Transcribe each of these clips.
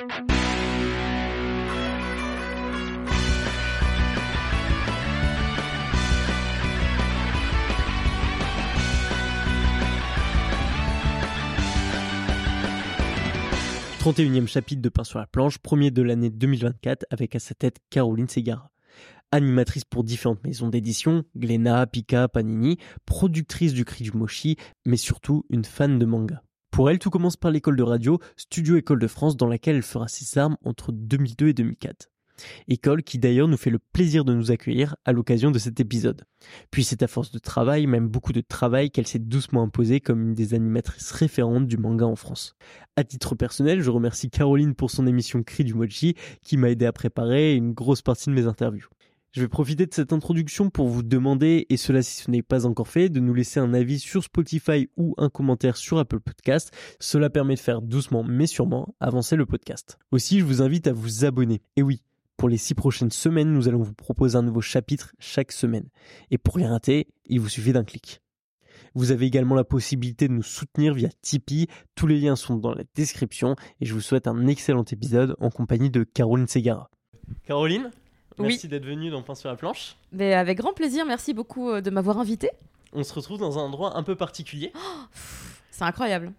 « 31e chapitre de Pain sur la planche, premier de l'année 2024, avec à sa tête Caroline Ségara. Animatrice pour différentes maisons d'édition, Glénat, Pika, Panini, productrice du Cri du Mochi, mais surtout une fan de manga. Pour elle, tout commence par l'école de radio, Studio École de France, dans laquelle elle fera ses armes entre 2002 et 2004. École qui d'ailleurs nous fait le plaisir de nous accueillir à l'occasion de cet épisode. Puis c'est à force de travail, même beaucoup de travail, qu'elle s'est doucement imposée comme une des animatrices référentes du manga en France. À titre personnel, je remercie Caroline pour son émission Cri du Mochi qui m'a aidé à préparer une grosse partie de mes interviews. Je vais profiter de cette introduction pour vous demander, et cela si ce n'est pas encore fait, de nous laisser un avis sur Spotify ou un commentaire sur Apple Podcast. Cela permet de faire doucement mais sûrement avancer le podcast. Aussi, je vous invite à vous abonner. Et oui, pour les 6 prochaines semaines, nous allons vous proposer un nouveau chapitre chaque semaine. Et pour rien rater, il vous suffit d'un clic. Vous avez également la possibilité de nous soutenir via Tipeee. Tous les liens sont dans la description. Et je vous souhaite un excellent épisode en compagnie de Caroline Ségara. Caroline, merci d'être venue dans Pain sur la planche. Mais avec grand plaisir, merci beaucoup de m'avoir invité. On se retrouve dans un endroit un peu particulier. C'est incroyable.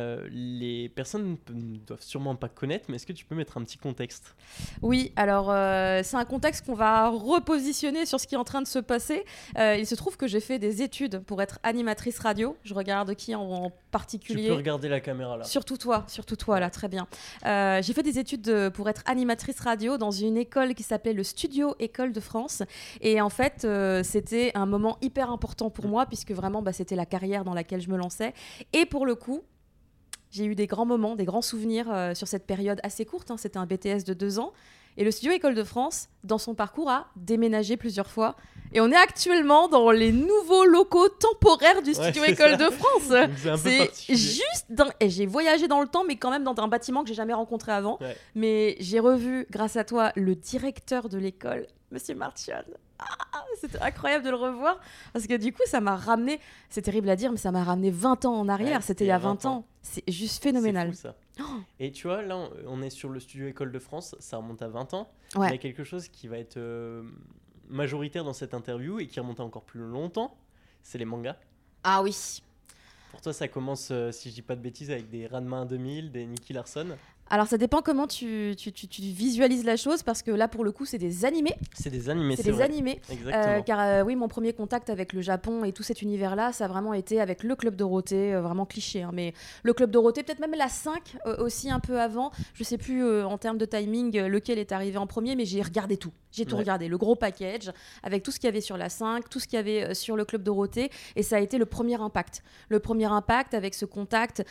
Les personnes ne doivent sûrement pas connaître, mais est-ce que tu peux mettre un petit contexte ? Oui, alors c'est un contexte qu'on va repositionner sur ce qui est en train de se passer. Il se trouve que j'ai fait des études pour être animatrice radio. Je regarde qui en particulier. Tu peux regarder la caméra là. Surtout toi là, très bien. J'ai fait des études pour être animatrice radio dans une école qui s'appelait le Studio École de France. Et en fait, c'était un moment hyper important pour moi, puisque vraiment, c'était la carrière dans laquelle je me lançais. Et pour le coup, j'ai eu des grands moments, des grands souvenirs sur cette période assez courte. C'était un BTS de 2 ans. Et le Studio École de France, dans son parcours, a déménagé plusieurs fois. Et on est actuellement dans les nouveaux locaux temporaires du Studio École de France. C'est juste et j'ai voyagé dans le temps, mais quand même dans un bâtiment que j'ai jamais rencontré avant. Ouais. Mais j'ai revu, grâce à toi, le directeur de l'école, Monsieur Martial. C'était incroyable de le revoir parce que du coup ça m'a ramené, c'est terrible à dire mais ça m'a ramené 20 ans en arrière, c'était il y a 20 ans. C'est juste phénoménal. C'est fou, ça. Et tu vois là on est sur le Studio École de France, ça remonte à 20 ans. Ouais. Il y a quelque chose qui va être majoritaire dans cette interview et qui remonte à encore plus longtemps, c'est les mangas. Ah oui. Pour toi ça commence, si je dis pas de bêtises, avec des Ranma 2000, des Nicky Larson. Alors ça dépend comment tu visualises la chose, parce que là pour le coup c'est des animés. C'est des animés, c'est vrai. Animés. Exactement. Car oui, mon premier contact avec le Japon et tout cet univers-là, ça a vraiment été avec le Club Dorothée, vraiment cliché. Mais le Club Dorothée, peut-être même la 5 aussi un peu avant. Je sais plus en termes de timing lequel est arrivé en premier, mais j'ai regardé tout. J'ai tout regardé, le gros package, avec tout ce qu'il y avait sur la 5, tout ce qu'il y avait sur le Club Dorothée. Et ça a été le premier impact. Le premier impact avec ce contact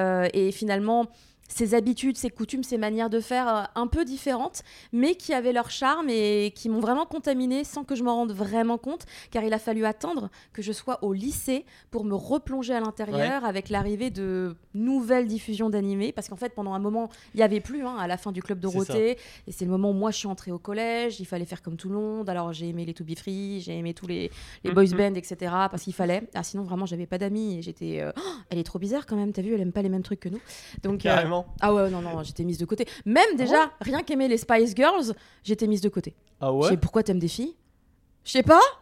et finalement ses habitudes, ses coutumes, ses manières de faire un peu différentes, mais qui avaient leur charme et qui m'ont vraiment contaminée sans que je m'en rende vraiment compte, car il a fallu attendre que je sois au lycée pour me replonger à l'intérieur avec l'arrivée de nouvelles diffusions d'animés, parce qu'en fait, pendant un moment, il n'y avait plus, à la fin du Club Dorothée, et c'est le moment où moi, je suis entrée au collège, il fallait faire comme tout le monde, alors j'ai aimé les To Be Free, j'ai aimé tous les boys bands, etc., parce qu'il fallait, sinon vraiment, j'avais pas d'amis, et j'étais, elle est trop bizarre quand même, t'as vu, elle aime pas les mêmes trucs que nous, donc carrément. Ah ouais, non, j'étais mise de côté. Même déjà, rien qu'aimer les Spice Girls, j'étais mise de côté. Ah ouais. Je sais pourquoi t'aimes des filles. Je sais pas.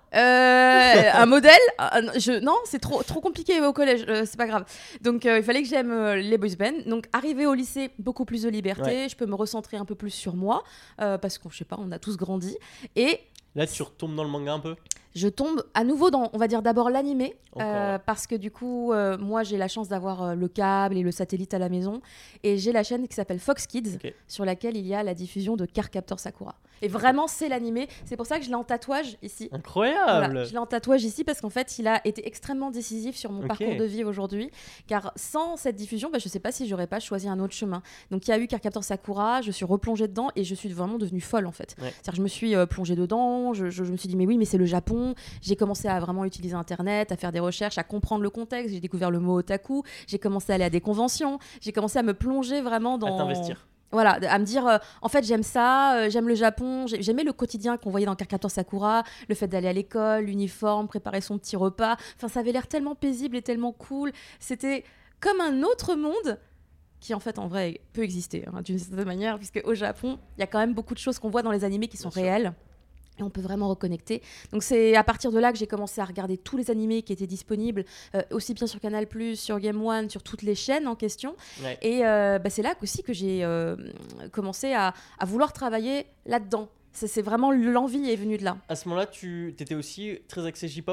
Un modèle. Non, c'est trop compliqué au collège. C'est pas grave. Donc il fallait que j'aime les boys bands. Donc arrivé au lycée, beaucoup plus de liberté. Je peux me recentrer un peu plus sur moi parce qu'on, je sais pas, on a tous grandi. Et là, tu retombes dans le manga un peu. Je tombe à nouveau dans, on va dire d'abord l'animé, parce que du coup, moi j'ai la chance d'avoir le câble et le satellite à la maison, et j'ai la chaîne qui s'appelle Fox Kids, sur laquelle il y a la diffusion de Cardcaptor Sakura. Et vraiment, c'est l'animé. C'est pour ça que je l'ai en tatouage ici. Incroyable. Voilà, je l'ai en tatouage ici parce qu'en fait, il a été extrêmement décisif sur mon parcours de vie aujourd'hui. Car sans cette diffusion, je ne sais pas si j'aurais pas choisi un autre chemin. Donc, il y a eu Cardcaptor Sakura, je suis replongée dedans et je suis vraiment devenue folle en fait. C'est-à-dire que je me suis plongée dedans, je me suis dit, mais oui, mais c'est le Japon. J'ai commencé à vraiment utiliser Internet, à faire des recherches, à comprendre le contexte. J'ai découvert le mot otaku. J'ai commencé à aller à des conventions. J'ai commencé à me plonger vraiment dans... À t'investir. Voilà, à me dire, en fait, j'aime ça, j'aime le Japon, j'aimais le quotidien qu'on voyait dans Cardcaptor Sakura, le fait d'aller à l'école, l'uniforme, préparer son petit repas. Enfin, ça avait l'air tellement paisible et tellement cool. C'était comme un autre monde, qui en fait en vrai peut exister d'une certaine manière, puisque au Japon, il y a quand même beaucoup de choses qu'on voit dans les animés qui sont réelles. Et on peut vraiment reconnecter. Donc c'est à partir de là que j'ai commencé à regarder tous les animés qui étaient disponibles, aussi bien sur Canal+, sur Game One, sur toutes les chaînes en question. Ouais. Et c'est là aussi que j'ai commencé à vouloir travailler là-dedans. C'est vraiment l'envie est venue de là. À ce moment-là, tu étais aussi très axé J-pop ?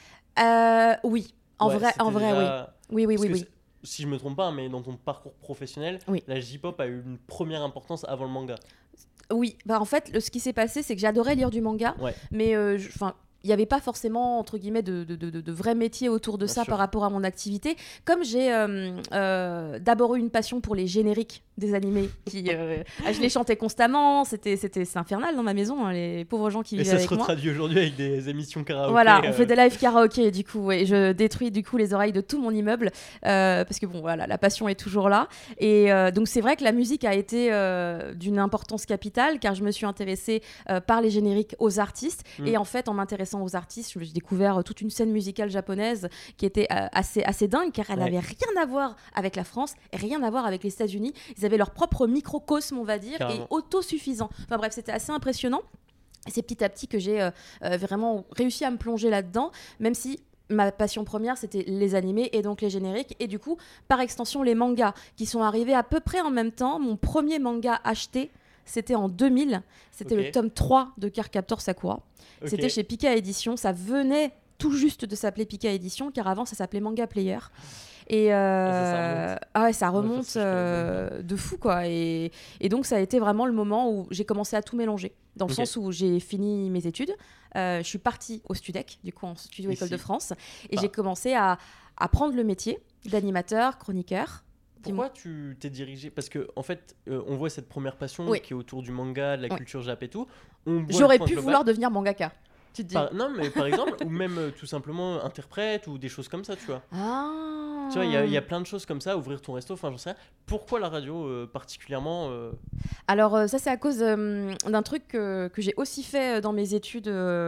Oui. En vrai, déjà... oui. Oui. Si je me trompe pas, mais dans ton parcours professionnel, la J-pop a eu une première importance avant le manga. Oui, en fait, ce qui s'est passé, c'est que j'adorais lire du manga, mais il n'y avait pas forcément, entre guillemets, de vrais métiers autour de ça par rapport à mon activité. Comme j'ai d'abord eu une passion pour les génériques des animés, je les chantais constamment, c'est infernal dans ma maison, les pauvres gens qui vivaient avec moi. Et ça se retraduit aujourd'hui avec des émissions karaoké. Voilà, on fait des live karaoké, du coup, et je détruis du coup les oreilles de tout mon immeuble, parce que bon, voilà, la passion est toujours là. Et donc c'est vrai que la musique a été d'une importance capitale, car je me suis intéressée par les génériques aux artistes, et en fait, en m'intéressant aux artistes, j'ai découvert toute une scène musicale japonaise qui était assez dingue, car elle n'avait rien à voir avec la France et rien à voir avec les États-Unis. Ils avaient leur propre microcosme, on va dire, carrément, et autosuffisant. Enfin bref, c'était assez impressionnant. Et c'est petit à petit que j'ai vraiment réussi à me plonger là-dedans, même si ma passion première, c'était les animés et donc les génériques. Et du coup, par extension, les mangas qui sont arrivés à peu près en même temps. Mon premier manga acheté, c'était en 2000. C'était le tome 3 de Cardcaptor Sakura. C'était chez Pika Édition. Ça venait tout juste de s'appeler Pika Édition, car avant, ça s'appelait Manga Player. Et ça remonte de fou, quoi. Et donc, ça a été vraiment le moment où j'ai commencé à tout mélanger. Dans le sens où j'ai fini mes études. Je suis partie au Studec, du coup, en Studio École de France. Et j'ai commencé à apprendre le métier d'animateur, chroniqueur. Pourquoi tu t'es dirigée ? Parce qu'en fait, on voit cette première passion qui est autour du manga, de la culture Jap et tout. J'aurais pu vouloir devenir mangaka. Tu te dis. Non, mais par exemple, ou même tout simplement interprète ou des choses comme ça, tu vois. Ah. Tu vois, il y a plein de choses comme ça, ouvrir ton resto, enfin j'en sais rien. Pourquoi la radio particulièrement Alors ça, c'est à cause d'un truc que j'ai aussi fait dans mes études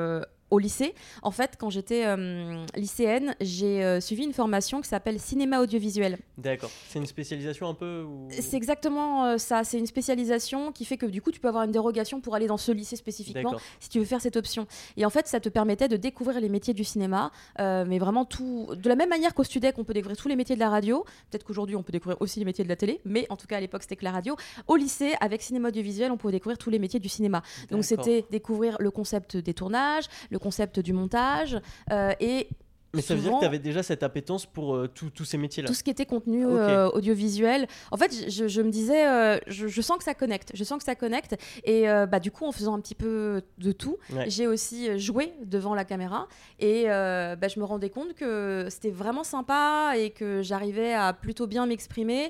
au lycée. En fait, quand j'étais lycéenne, j'ai suivi une formation qui s'appelle cinéma audiovisuel. D'accord. C'est une spécialisation un peu ou... C'est exactement ça. C'est une spécialisation qui fait que du coup, tu peux avoir une dérogation pour aller dans ce lycée spécifiquement. D'accord. Si tu veux faire cette option. Et en fait, ça te permettait de découvrir les métiers du cinéma, mais vraiment tout. De la même manière qu'au Studec, on peut découvrir tous les métiers de la radio. Peut-être qu'aujourd'hui, on peut découvrir aussi les métiers de la télé, mais en tout cas, à l'époque, c'était que la radio. Au lycée, avec cinéma audiovisuel, on pouvait découvrir tous les métiers du cinéma. D'accord. Donc, c'était découvrir le concept des tournages, le concept du montage et mais ça veut dire que tu avais déjà cette appétence pour tous ces métiers-là. Tout ce qui était contenu audiovisuel. En fait, je me disais, je sens que ça connecte. Je sens que ça connecte. Et du coup, en faisant un petit peu de tout, j'ai aussi joué devant la caméra. Et je me rendais compte que c'était vraiment sympa et que j'arrivais à plutôt bien m'exprimer.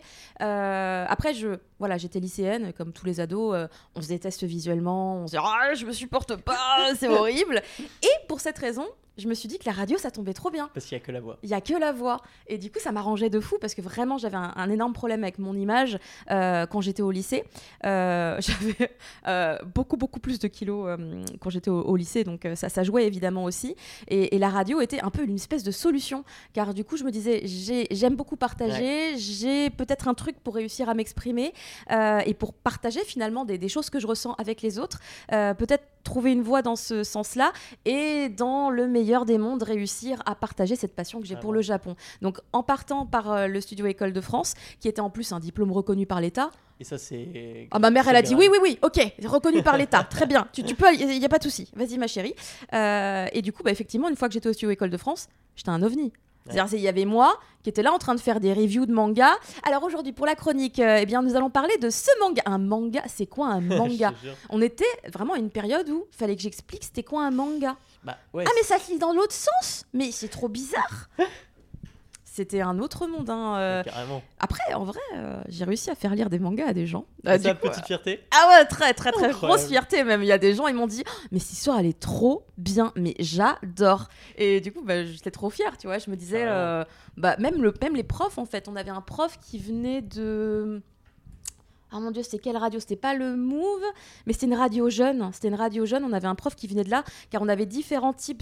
Après, j'étais lycéenne, comme tous les ados. On se déteste visuellement. On se dit, je me supporte pas, c'est horrible. Et pour cette raison, je me suis dit que la radio, ça tombait trop bien. Parce qu'il n'y a que la voix. Il n'y a que la voix. Et du coup, ça m'arrangeait de fou parce que vraiment, j'avais un énorme problème avec mon image quand j'étais au lycée. J'avais beaucoup plus de kilos quand j'étais au lycée. Donc, ça jouait évidemment aussi. Et la radio était un peu une espèce de solution. Car du coup, je me disais, j'aime beaucoup partager. J'ai peut-être un truc pour réussir à m'exprimer et pour partager finalement des choses que je ressens avec les autres. Peut-être trouver une voie dans ce sens-là et dans le meilleur des mondes réussir à partager cette passion que j'ai pour le Japon. Donc en partant par le Studio École de France, qui était en plus un diplôme reconnu par l'État. Et ça c'est... ma mère elle a dit oui, ok, reconnu par l'État, très bien, tu peux, il n'y a pas de souci, vas-y ma chérie. Et du coup, effectivement, une fois que j'étais au Studio École de France, j'étais un ovni. C'est-à-dire, il y avait moi qui était là en train de faire des reviews de manga. Alors aujourd'hui, pour la chronique, nous allons parler de ce manga. Un manga, c'est quoi un manga ? On était vraiment à une période où il fallait que j'explique c'était quoi un manga. Mais ça se lit dans l'autre sens. Mais c'est trop bizarre. C'était un autre monde. Carrément. Après, en vrai, j'ai réussi à faire lire des mangas à des gens. C'est une petite fierté. Ah ouais, très grosse fierté même. Il y a des gens, ils m'ont dit mais cette histoire, elle est trop bien. Mais j'adore. Et du coup, j'étais trop fière, tu vois. Je me disais, même les profs, en fait. On avait un prof qui venait de... Oh mon Dieu, c'était quelle radio? C'était pas le Move, mais c'était une radio jeune. C'était une radio jeune. On avait un prof qui venait de là, car on avait différents types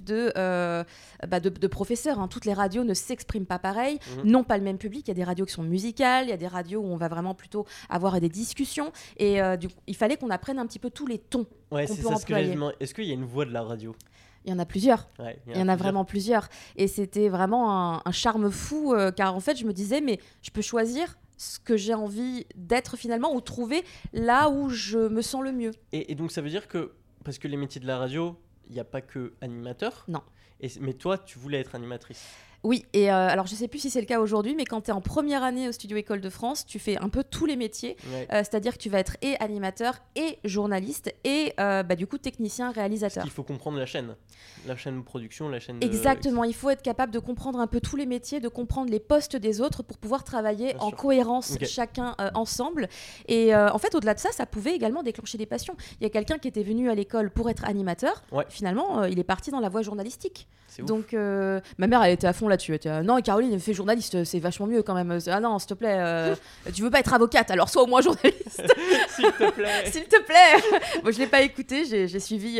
de professeurs. Hein. Toutes les radios ne s'expriment pas pareil, n'ont pas le même public. Il y a des radios qui sont musicales, il y a des radios où on va vraiment plutôt avoir des discussions. Et du coup, il fallait qu'on apprenne un petit peu tous les tons Ouais, qu'on c'est peut ça ce que j'avais employer. demandé. Est-ce qu'il y a une voix de la radio? Il y en a plusieurs. Ouais, Il y en a vraiment plusieurs. Et c'était vraiment un charme fou, car en fait, je me disais, mais je peux choisir ce que j'ai envie d'être finalement, ou trouver là où je me sens le mieux. Et donc ça veut dire que, parce que les métiers de la radio, il n'y a pas que animateur. Non. Mais toi, tu voulais être animatrice. Oui, et alors je sais plus si c'est le cas aujourd'hui, mais quand tu es en première année au Studio École de France, tu fais un peu tous les métiers, Ouais. c'est-à-dire que tu vas être et animateur et journaliste et du coup technicien, Parce réalisateur. qu'il faut comprendre la chaîne de production, la chaîne. Exactement, il faut être capable de comprendre un peu tous les métiers, de comprendre les postes des autres pour pouvoir travailler Bien en sûr. cohérence Ok. chacun ensemble. Et en fait, au-delà de ça, ça pouvait également déclencher des passions. Il y a quelqu'un qui était venu à l'école pour être animateur, Ouais. finalement, il est parti dans la voie journalistique. C'est ouf. Donc, ma mère, elle était à fond là-dessus. Elle était, non, Caroline, fais journaliste, c'est vachement mieux quand même. Ah non, s'il te plaît, tu veux pas être avocate, alors sois au moins journaliste, S'il te plaît. s'il te plaît. Bon, je l'ai pas écouté, j'ai suivi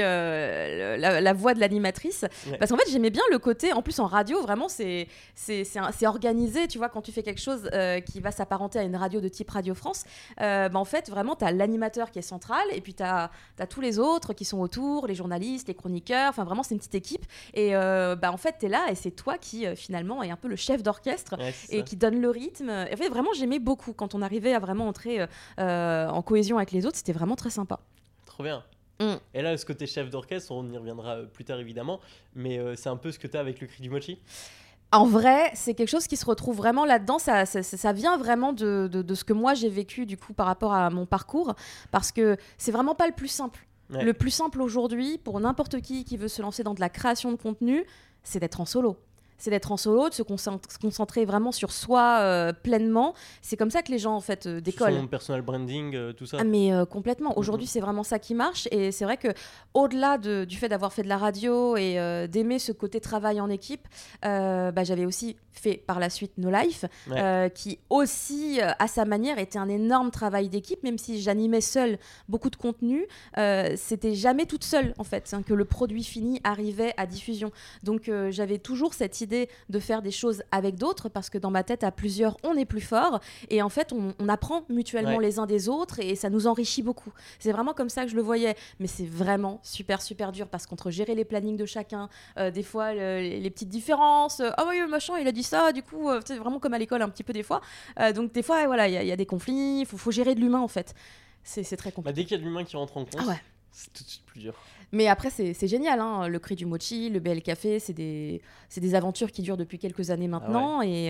la voix de l'animatrice. Ouais. Parce qu'en fait, j'aimais bien le côté, en plus en radio, vraiment, c'est organisé. Tu vois, quand tu fais quelque chose qui va s'apparenter à une radio de type Radio France, en fait, vraiment, tu as l'animateur qui est central, et puis tu as tous les autres qui sont autour, les journalistes, les chroniqueurs, enfin vraiment, c'est une petite équipe. Et en fait, tu es là, et c'est toi qui, finalement, est un peu le chef d'orchestre. Ouais, c'est Et ça. qui donne le rythme. Et en fait, vraiment, j'aimais beaucoup quand on arrivait à vraiment entrer en cohésion avec les autres. C'était vraiment très sympa. Trop bien. Mm. Et là, ce côté chef d'orchestre, on y reviendra plus tard évidemment, mais c'est un peu ce que tu as avec le cri du mochi. En vrai, c'est quelque chose qui se retrouve vraiment là-dedans. Ça vient vraiment de ce que moi j'ai vécu du coup par rapport à mon parcours, parce que c'est vraiment pas le plus simple. Ouais. Le plus simple aujourd'hui pour n'importe qui veut se lancer dans de la création de contenu, c'est d'être en solo. C'est d'être en solo, de se concentrer vraiment sur soi pleinement. C'est comme ça que les gens en fait décollent. Son personal branding, tout ça. Ah mais complètement. Aujourd'hui, c'est vraiment ça qui marche. Et c'est vrai que au-delà du fait d'avoir fait de la radio et d'aimer ce côté travail en équipe, j'avais aussi fait par la suite No Life, Ouais. qui aussi, à sa manière, était un énorme travail d'équipe. Même si j'animais seule beaucoup de contenu, c'était jamais toute seule en fait, que le produit fini arrivait à diffusion. Donc j'avais toujours cette idée de faire des choses avec d'autres, parce que dans ma tête, à plusieurs, on est plus fort. Et en fait, on apprend mutuellement Ouais. les uns des autres, et ça nous enrichit beaucoup. C'est vraiment comme ça que je le voyais. Mais c'est vraiment super, super dur, parce qu'entre gérer les plannings de chacun, des fois, les petites différences, ah oui, machin, il a dit ça, du coup, c'est vraiment comme à l'école un petit peu des fois. Donc des fois, voilà, il y a des conflits, il faut gérer de l'humain, en fait. C'est très Bah, compliqué. dès qu'il y a de l'humain qui rentre en compte, Ah ouais. c'est tout de suite plus dur. Mais après, c'est génial, hein. Le cri du mochi, le BL Café, c'est des aventures qui durent depuis quelques années maintenant. Et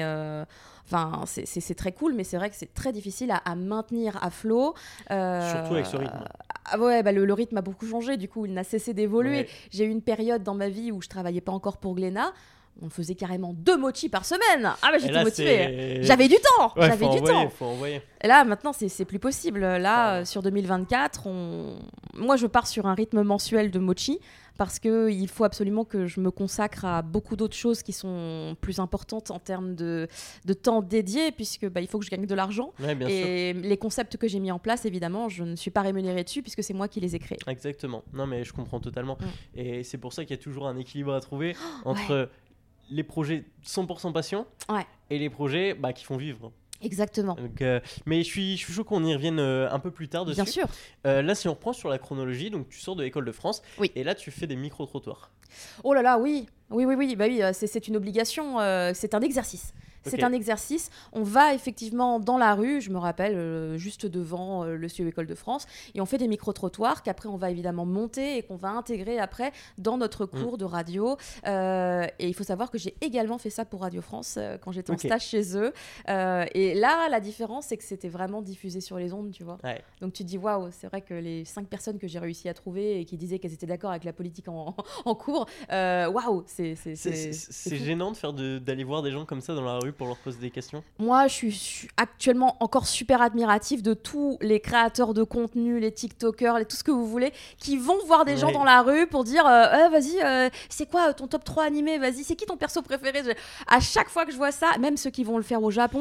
c'est très cool, mais c'est vrai que c'est très difficile à maintenir à flot. Surtout avec ce rythme. Ah ouais, le rythme a beaucoup changé, du coup, il n'a cessé d'évoluer. Ouais. J'ai eu une période dans ma vie où je travaillais pas encore pour Glénat. On faisait carrément 2 mochis par semaine. Ah bah Et j'étais là, motivée. c'est- J'avais du temps. Ouais, J'avais faut du envoyer, temps. faut envoyer. Et là, maintenant, c'est plus possible. Là, Ouais. sur 2024, moi, je pars sur un rythme mensuel de mochi, parce qu'il faut absolument que je me consacre à beaucoup d'autres choses qui sont plus importantes en termes de temps dédié, puisque il faut que je gagne de l'argent. Ouais, bien sûr. Et les concepts que j'ai mis en place, évidemment, je ne suis pas rémunérée dessus, puisque c'est moi qui les ai créés. Exactement. Non, mais je comprends totalement. Et c'est pour ça qu'il y a toujours un équilibre à trouver entre les projets 100% passion Ouais. et les projets qui font vivre. Exactement. Donc, mais je suis chaud qu'on y revienne un peu plus tard dessus. Bien sûr. Là, si on reprend sur la chronologie, donc tu sors de l'école de France, Oui. et là tu fais des micro-trottoirs. Oh là là, oui. Oui, c'est une obligation, c'est un exercice. C'est Ok. un exercice. On va effectivement dans la rue, je me rappelle, juste devant le Studio École de France, et on fait des micro-trottoirs qu'après on va évidemment monter et qu'on va intégrer après dans notre cours de radio. Et il faut savoir que j'ai également fait ça pour Radio France quand j'étais en Ok. stage chez eux. Et là, la différence, c'est que c'était vraiment diffusé sur les ondes, tu vois. Ouais. Donc tu te dis, waouh, c'est vrai que les 5 personnes que j'ai réussi à trouver et qui disaient qu'elles étaient d'accord avec la politique en cours, waouh, c'est C'est fou. gênant d'aller voir des gens comme ça dans la rue pour leur poser des questions. Moi, je suis actuellement encore super admirative de tous les créateurs de contenu, les TikTokers, tout ce que vous voulez, qui vont voir des gens Ouais. dans la rue pour dire vas-y, c'est quoi ton top 3 animé? Vas-y, c'est qui ton perso préféré? À chaque fois que je vois ça, même ceux qui vont le faire au Japon,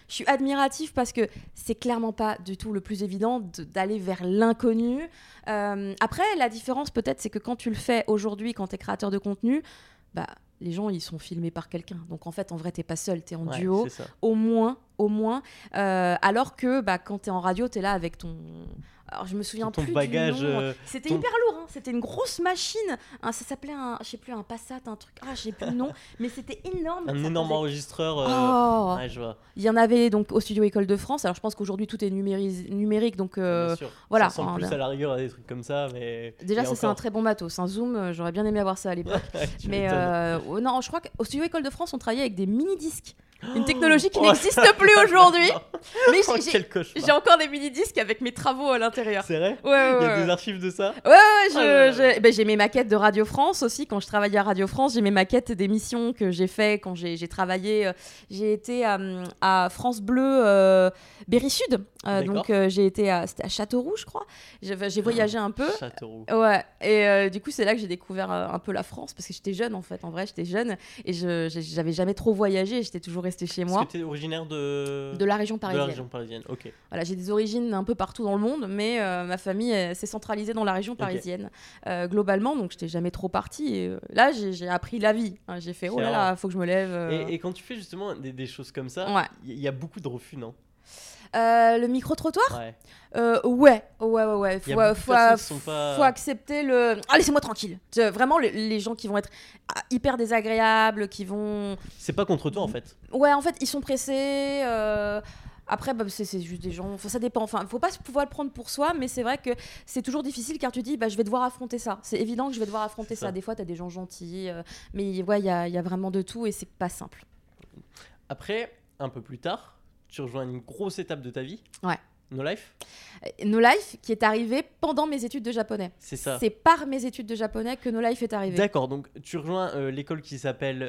Je suis admirative parce que c'est clairement pas du tout le plus évident d'aller vers l'inconnu. Après, la différence peut-être, c'est que quand tu le fais aujourd'hui, quand tu es créateur de contenu, bah, les gens, ils sont filmés par quelqu'un. Donc, en fait, en vrai, t'es pas seul, t'es en duo. Au moins. Alors que quand t'es en radio, t'es là avec ton... Alors, je me souviens plus bagage, du nom. C'était hyper lourd, hein. C'était une grosse machine. Ça s'appelait je sais plus, un Passat, un truc. Je sais plus le nom, mais c'était énorme. Un énorme enregistreur. Ouais, je vois. Il y en avait donc au studio École de France. Alors, je pense qu'aujourd'hui tout est numérique, donc bien sûr. voilà. Ça ressemble plus à la rigueur à des trucs comme ça, mais déjà, c'est un très bon matos. Un Zoom, j'aurais bien aimé avoir ça à l'époque. Mais non, je crois qu'au studio École de France, on travaillait avec des mini-disques. Une technologie qui n'existe plus aujourd'hui. Mais j'ai encore des mini-disques avec mes travaux à l'intérieur. C'est vrai ? Ouais. Il y a des archives de ça ? Ouais, j'ai mes maquettes de Radio France aussi. Quand je travaillais à Radio France, j'ai mes maquettes d'émissions que j'ai fait quand j'ai travaillé. J'ai été à France Bleu Berry Sud. Donc j'ai été c'était à Châteauroux, je crois. J'ai voyagé un peu. Châteauroux. Ouais. Et du coup, c'est là que j'ai découvert un peu la France parce que j'étais jeune en fait. En vrai, j'étais jeune et j'avais jamais trop voyagé. J'étais toujours restée chez moi. Est-ce que tu es originaire de la région parisienne. De la région parisienne, ok. Voilà, j'ai des origines un peu partout dans le monde, mais ma famille s'est centralisée dans la région parisienne globalement, donc j'étais jamais trop partie. Et, là, j'ai appris la vie. J'ai fait oh là là, faut que je me lève. Et quand tu fais justement des choses comme ça, il y a beaucoup de refus, non ? Le micro-trottoir ? Ouais. Faut accepter le... Ah, laissez-moi tranquille. Vraiment, les gens qui vont être hyper désagréables, qui vont... C'est pas contre toi, en fait. Ouais, en fait, ils sont pressés... Après, c'est juste des gens... Enfin, ça dépend. Enfin, faut pas pouvoir le prendre pour soi, mais c'est vrai que c'est toujours difficile car tu dis, je vais devoir affronter ça. C'est évident que je vais devoir affronter ça. Des fois, t'as des gens gentils, mais ouais, il y a vraiment de tout et c'est pas simple. Après, un peu plus tard, tu rejoins une grosse étape de ta vie. Ouais. No Life ? No Life qui est arrivé pendant mes études de japonais. C'est ça. C'est par mes études de japonais que No Life est arrivé. D'accord, donc tu rejoins l'école qui s'appelle...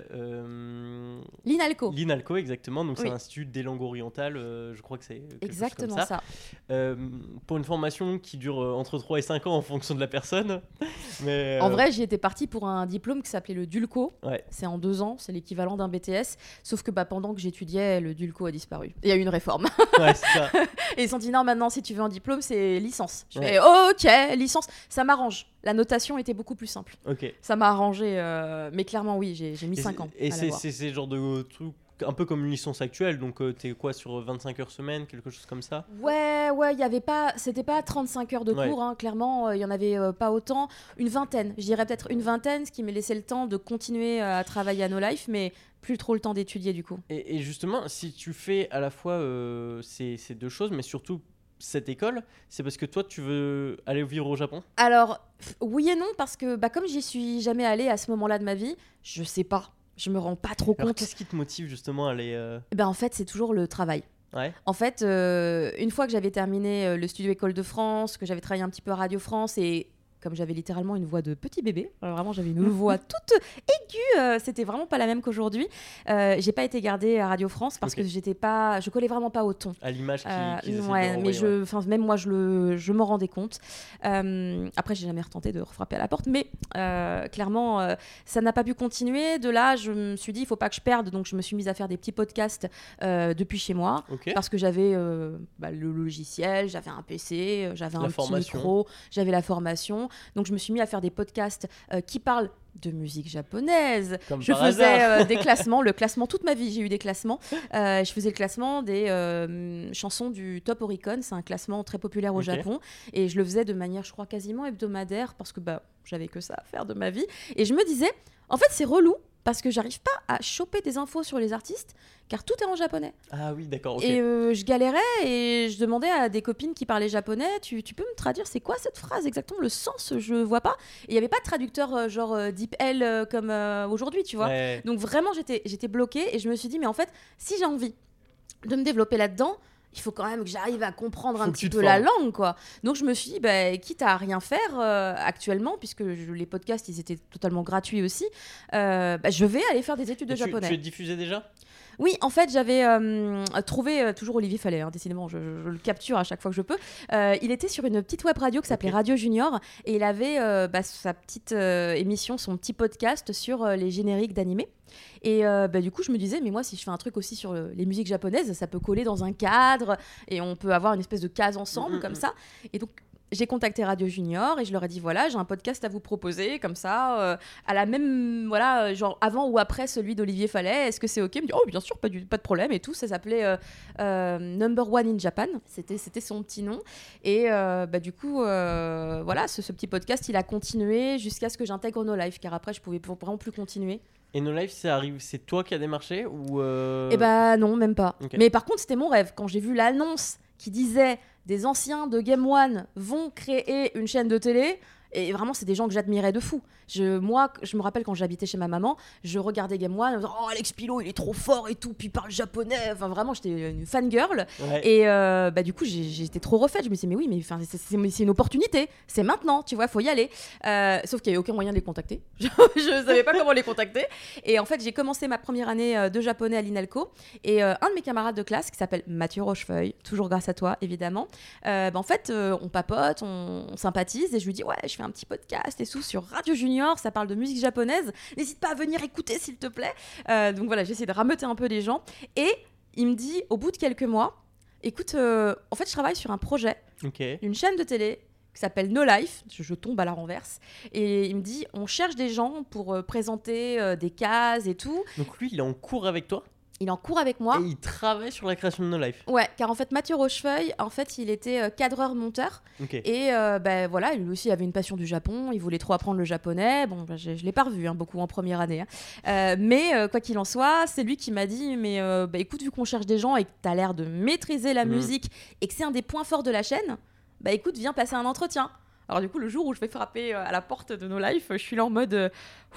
l'INALCO. L'INALCO, exactement. Donc c'est l'Institut des langues orientales, je crois que c'est exactement ça. Pour une formation qui dure entre 3 et 5 ans en fonction de la personne. Mais, en vrai, j'y étais partie pour un diplôme qui s'appelait le DULCO. Ouais. C'est en 2 ans, c'est l'équivalent d'un BTS. Sauf que pendant que j'étudiais, le DULCO a disparu. Il y a eu une réforme. Ouais, c'est ça. Et ils sont dit non, maintenant si tu veux un diplôme, c'est licence. Je fais ok, licence, ça m'arrange. La notation était beaucoup plus simple. Ok. Ça m'a arrangé, mais clairement oui, j'ai mis 5 ans. Et c'est ce genre de truc un peu comme une licence actuelle, donc t'es quoi sur 25 heures semaine, quelque chose comme ça ? Ouais, il y avait pas, c'était pas 35 heures de cours, hein, clairement, il y en avait pas autant, une vingtaine, je dirais peut-être une vingtaine, ce qui me laissait le temps de continuer à travailler à No Life, mais plus trop le temps d'étudier du coup. Et justement, si tu fais à la fois ces deux choses, mais surtout cette école, c'est parce que toi tu veux aller vivre au Japon ? Alors, oui et non, parce que comme j'y suis jamais allée à ce moment-là de ma vie, je sais pas. Je me rends pas trop compte. Alors, qu'est-ce qui te motive justement à aller en fait, c'est toujours le travail. Ouais. En fait, une fois que j'avais terminé le studio École de France, que j'avais travaillé un petit peu à Radio France et comme j'avais littéralement une voix de petit bébé, vraiment j'avais une voix toute aiguë, c'était vraiment pas la même qu'aujourd'hui. J'ai pas été gardée à Radio France parce que je collais vraiment pas au ton. À l'image qu'ils ouais, mais même moi je m'en rendais compte. Après j'ai jamais retenté de refrapper à la porte, mais clairement ça n'a pas pu continuer. De là je me suis dit il faut pas que je perde, donc je me suis mise à faire des petits podcasts depuis chez moi parce que j'avais le logiciel, j'avais un PC, j'avais un petit micro, j'avais la formation. Donc je me suis mis à faire des podcasts qui parlent de musique japonaise. Je faisais des classements, le classement toute ma vie, j'ai eu des classements. Je faisais le classement des chansons du Top Oricon, c'est un classement très populaire au Japon, et je le faisais de manière, je crois, quasiment hebdomadaire parce que j'avais que ça à faire de ma vie. Et je me disais, en fait, c'est relou parce que j'arrive pas à choper des infos sur les artistes car tout est en japonais. Ah oui, d'accord. Et je galérais et je demandais à des copines qui parlaient japonais, tu peux me traduire, c'est quoi cette phrase exactement, le sens, je vois pas. Et il y avait pas de traducteur genre DeepL comme aujourd'hui, tu vois. Ouais. Donc vraiment j'étais bloquée et je me suis dit mais en fait si j'ai envie de me développer là-dedans, il faut quand même que j'arrive à comprendre un petit peu la langue, quoi. Donc je me suis dit, quitte à rien faire actuellement, puisque les podcasts, ils étaient totalement gratuits aussi, je vais aller faire des études de japonais. Tu es diffusé déjà ? Oui, en fait, j'avais trouvé toujours Olivier Fallet, hein, décidément, je le capture à chaque fois que je peux. Il était sur une petite web radio qui s'appelait Radio Junior et il avait sa petite émission, son petit podcast sur les génériques d'animés. Et du coup, je me disais, mais moi, si je fais un truc aussi sur les musiques japonaises, ça peut coller dans un cadre et on peut avoir une espèce de case ensemble comme ça. Et donc, j'ai contacté Radio Junior et je leur ai dit voilà, j'ai un podcast à vous proposer comme ça, à la même genre avant ou après celui d'Olivier Fallet. Est-ce que c'est ok? Il me dit oh bien sûr, pas de problème et tout. Ça s'appelait Number One in Japan. C'était son petit nom. Et du coup voilà, ce petit podcast il a continué jusqu'à ce que j'intègre No Life, car après je pouvais vraiment plus continuer. Et No Life, c'est toi qui as démarché ou Eh bah non, même pas. Okay. Mais par contre, c'était mon rêve. Quand j'ai vu l'annonce qui disait des anciens de Game One vont créer une chaîne de télé, et vraiment, c'est des gens que j'admirais de fou. Moi, je me rappelle quand j'habitais chez ma maman, je regardais Game One, oh Alex Pilot, il est trop fort et tout, puis il parle japonais. Enfin, vraiment, j'étais une fangirl. Ouais. Et du coup, j'étais trop refaite. Je me disais, mais oui, mais c'est une opportunité. C'est maintenant, tu vois, il faut y aller. Sauf qu'il n'y avait aucun moyen de les contacter. Je ne savais pas comment les contacter. Et en fait, j'ai commencé ma première année de japonais à l'INALCO. Et un de mes camarades de classe, qui s'appelle Mathieu Rochefeuille, toujours grâce à toi, évidemment, en fait, on papote, on sympathise. Et je lui dis, ouais, je fais un petit podcast et tout sur Radio Junior, ça parle de musique japonaise, n'hésite pas à venir écouter s'il te plaît. Donc voilà, j'ai essayé de rameuter un peu les gens et il me dit au bout de quelques mois, écoute, en fait je travaille sur un projet d'une chaîne de télé qui s'appelle No Life, je tombe à la renverse, et il me dit on cherche des gens pour présenter des cases et tout. Donc lui il est en cours avec toi? Il est en cours avec moi. Et il travaille sur la création de No Life. Ouais, car en fait, Mathieu Rochefeuille, en fait, il était cadreur-monteur. Et voilà, lui aussi avait une passion du Japon. Il voulait trop apprendre le japonais. Bon, je l'ai pas revu beaucoup en première année. Mais quoi qu'il en soit, c'est lui qui m'a dit mais écoute, vu qu'on cherche des gens et que tu as l'air de maîtriser la musique et que c'est un des points forts de la chaîne, écoute, viens passer un entretien. Alors du coup, le jour où je vais frapper à la porte de No Life, je suis là en mode ne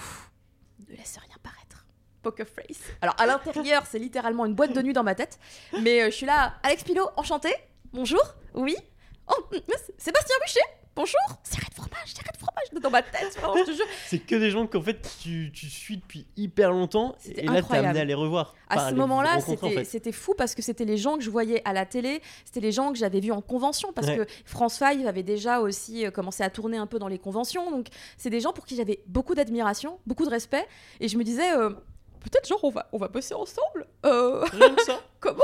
laisse rien paraître. Poker face. Alors à l'intérieur, c'est littéralement une boîte de nuit dans ma tête. Mais je suis là, Alex Pilot, enchanté. Bonjour. Oui. Oh, Sébastien Bucher. Bonjour. Ciré de fromage dans ma tête. Vraiment, je te jure. C'est que des gens qu'en fait tu suis depuis hyper longtemps. C'était et là incroyable. t'es amené à les revoir. À ce moment-là, c'était fou parce que c'était les gens que je voyais à la télé, c'était les gens que j'avais vus en convention parce que France 5 avait déjà aussi commencé à tourner un peu dans les conventions. Donc c'est des gens pour qui j'avais beaucoup d'admiration, beaucoup de respect. Et je me disais... peut-être genre on va bosser ensemble. Rien que ça. Comment?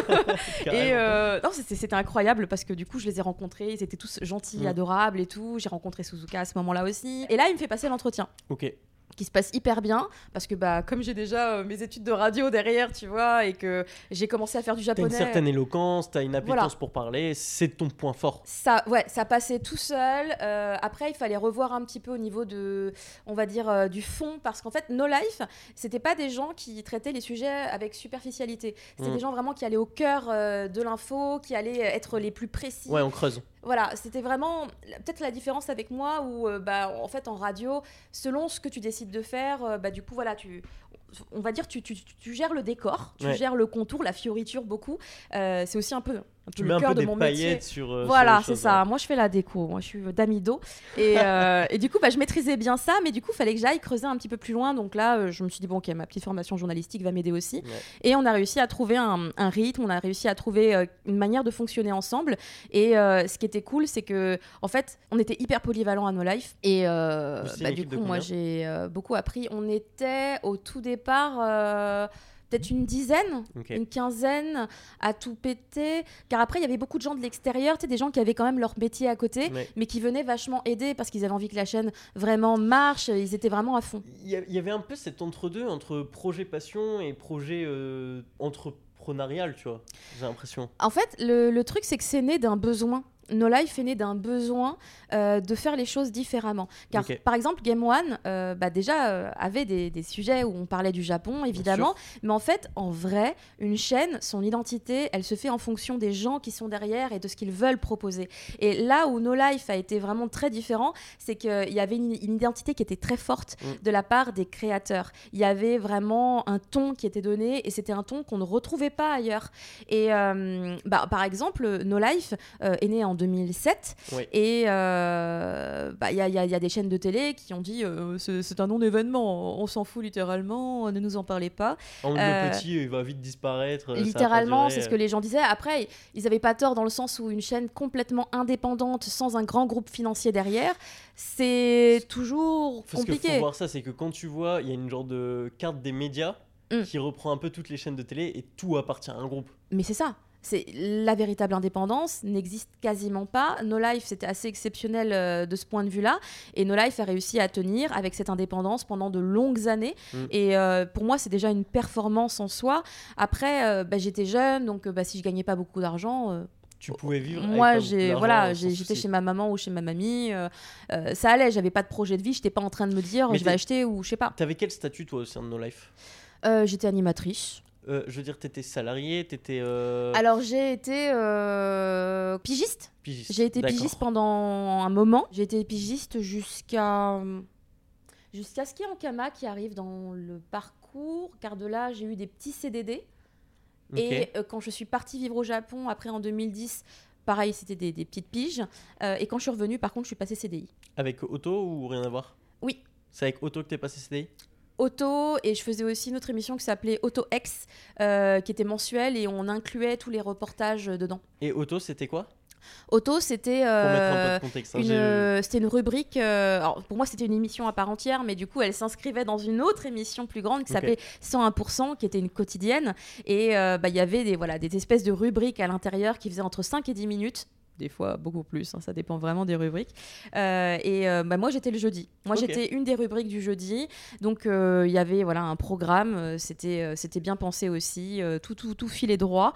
Et non, c'était incroyable parce que du coup je les ai rencontrés, ils étaient tous gentils, adorables et tout. J'ai rencontré Suzuka à ce moment-là aussi. Et là il me fait passer l'entretien. Ok. Qui se passe hyper bien parce que comme j'ai déjà mes études de radio derrière, tu vois, et que j'ai commencé à faire du japonais. T'as une certaine éloquence, t'as une appétence pour parler, c'est ton point fort. Ça passait tout seul. Après, il fallait revoir un petit peu au niveau de, on va dire, du fond, parce qu'en fait, No Life, c'était pas des gens qui traitaient les sujets avec superficialité. C'était des gens vraiment qui allaient au cœur de l'info, qui allaient être les plus précis. Ouais, on creuse. Voilà, c'était vraiment peut-être la différence avec moi où en fait en radio, selon ce que tu décides de faire, du coup voilà, on va dire tu gères le décor, tu gères le contour, la fioriture beaucoup. C'est aussi un peu le cœur de mon métier. Voilà, c'est ça. Moi, je fais la déco. Moi, je suis d'amido. Et du coup, je maîtrisais bien ça, mais du coup, il fallait que j'aille creuser un petit peu plus loin. Donc là, je me suis dit, bon, ok, ma petite formation journalistique va m'aider aussi. Ouais. Et on a réussi à trouver un rythme, on a réussi à trouver une manière de fonctionner ensemble. Et ce qui était cool, c'est que, en fait, on était hyper polyvalents à No Life. Et du coup, moi, j'ai beaucoup appris. On était au tout départ... peut-être une dizaine, une quinzaine à tout péter. Car après, il y avait beaucoup de gens de l'extérieur, des gens qui avaient quand même leur métier à côté, mais qui venaient vachement aider parce qu'ils avaient envie que la chaîne vraiment marche. Ils étaient vraiment à fond. Il y avait un peu cet entre-deux, entre projet passion et projet entrepreneurial, tu vois, j'ai l'impression. En fait, le truc, c'est que c'est né d'un besoin. No Life est né d'un besoin de faire les choses différemment. Car, par exemple, Game One, déjà, avait des sujets où on parlait du Japon, évidemment. Mais en fait, en vrai, une chaîne, son identité, elle se fait en fonction des gens qui sont derrière et de ce qu'ils veulent proposer. Et là où No Life a été vraiment très différent, c'est qu'il y avait une identité qui était très forte de la part des créateurs. Il y avait vraiment un ton qui était donné et c'était un ton qu'on ne retrouvait pas ailleurs. Et par exemple, No Life est né en en 2007. Ouais. Et il y a des chaînes de télé qui ont dit c'est un non-événement, on s'en fout littéralement, ne nous en parlez pas. Le petit, il va vite disparaître. Littéralement, c'est ce que les gens disaient. Après, ils n'avaient pas tort dans le sens où une chaîne complètement indépendante, sans un grand groupe financier derrière, c'est toujours compliqué. Parce qu'il faut voir ça, c'est que quand tu vois, il y a une genre de carte des médias qui reprend un peu toutes les chaînes de télé et tout appartient à un groupe. Mais c'est ça. La véritable indépendance n'existe quasiment pas. No Life, c'était assez exceptionnel de ce point de vue-là. Et No Life a réussi à tenir avec cette indépendance pendant de longues années. Et pour moi, c'est déjà une performance en soi. Après, j'étais jeune, donc si je gagnais pas beaucoup d'argent... tu pouvais vivre moi, avec j'étais chez ma maman ou chez ma mamie. Ça allait, j'avais pas de projet de vie. J'étais pas en train de me dire je vais acheter ou je sais pas. T'avais quel statut, toi, au sein de No Life ? J'étais animatrice. Je veux dire, t'étais salarié, t'étais... Alors, j'ai été pigiste. J'ai été pigiste pendant un moment. J'ai été pigiste jusqu'à Ski en Kama qui arrive dans le parcours. Car de là, j'ai eu des petits CDD. Okay. Et quand je suis partie vivre au Japon, après en 2010... Pareil, c'était des petites piges. Et quand je suis revenue, par contre, je suis passée CDI. Avec Otto ou rien à voir ? Oui. C'est avec Otto que t'es passée CDI ? Otto, et je faisais aussi une autre émission qui s'appelait Otto X, qui était mensuelle, et on incluait tous les reportages dedans. Et Otto, c'était quoi ? Otto, c'était pour mettre un peu de contexte, c'était une rubrique. Alors pour moi, c'était une émission à part entière, mais du coup, elle s'inscrivait dans une autre émission plus grande qui s'appelait 101%, qui était une quotidienne. Et il y avait des espèces de rubriques à l'intérieur qui faisaient entre 5 et 10 minutes. Des fois beaucoup plus, ça dépend vraiment des rubriques. Moi, j'étais le jeudi. J'étais une des rubriques du jeudi. Donc, il y avait un programme. C'était bien pensé aussi. Tout filait droit.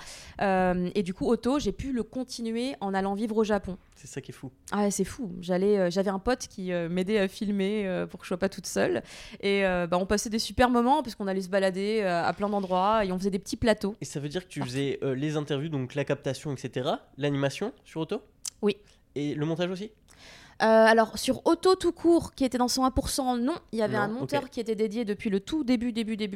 Et du coup, Otto, j'ai pu le continuer en allant vivre au Japon. C'est ça qui est fou. Ah, c'est fou. J'avais un pote qui m'aidait à filmer pour que je sois pas toute seule. Et on passait des super moments parce qu'on allait se balader à plein d'endroits et on faisait des petits plateaux. Et ça veut dire que tu faisais les interviews, donc la captation, etc., l'animation sur Otto ? Oui. Et le montage aussi ? Alors sur Otto tout court qui était dans 101%, non, il y avait un monteur qui était dédié depuis le tout début.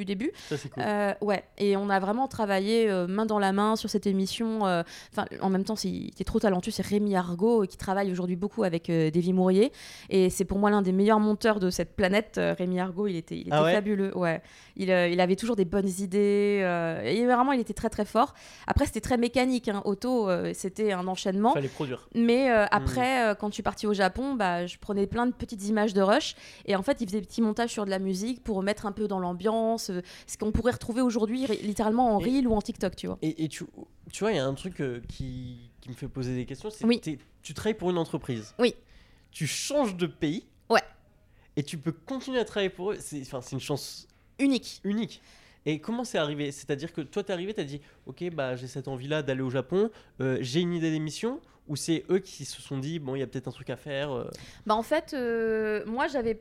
Ça c'est cool. Ouais, et on a vraiment travaillé main dans la main sur cette émission. En même temps, il était trop talentueux, c'est Rémi Argot qui travaille aujourd'hui beaucoup avec Davy Mourier, et c'est pour moi l'un des meilleurs monteurs de cette planète. Rémi Argot, il était fabuleux. Ouais, il avait toujours des bonnes idées. Et vraiment, il était très très fort. Après, c'était très mécanique. Otto, c'était un enchaînement. Fallait produire. Mais après, quand je suis partie au Japon, je prenais plein de petites images de rush, et en fait il faisait des petits montages sur de la musique pour mettre un peu dans l'ambiance, ce qu'on pourrait retrouver aujourd'hui littéralement en Reel ou en TikTok, tu vois. Et tu vois, il y a un truc qui me fait poser des questions, c'est que tu travailles pour une entreprise. Oui. Tu changes de pays. Ouais. Et tu peux continuer à travailler pour eux. C'est une chance unique. Et comment c'est arrivé ? C'est-à-dire que toi, t'es arrivé, t'as dit « Ok, j'ai cette envie-là d'aller au Japon, j'ai une idée d'émission », ou c'est eux qui se sont dit « Bon, il y a peut-être un truc à faire ». En fait, moi, j'avais...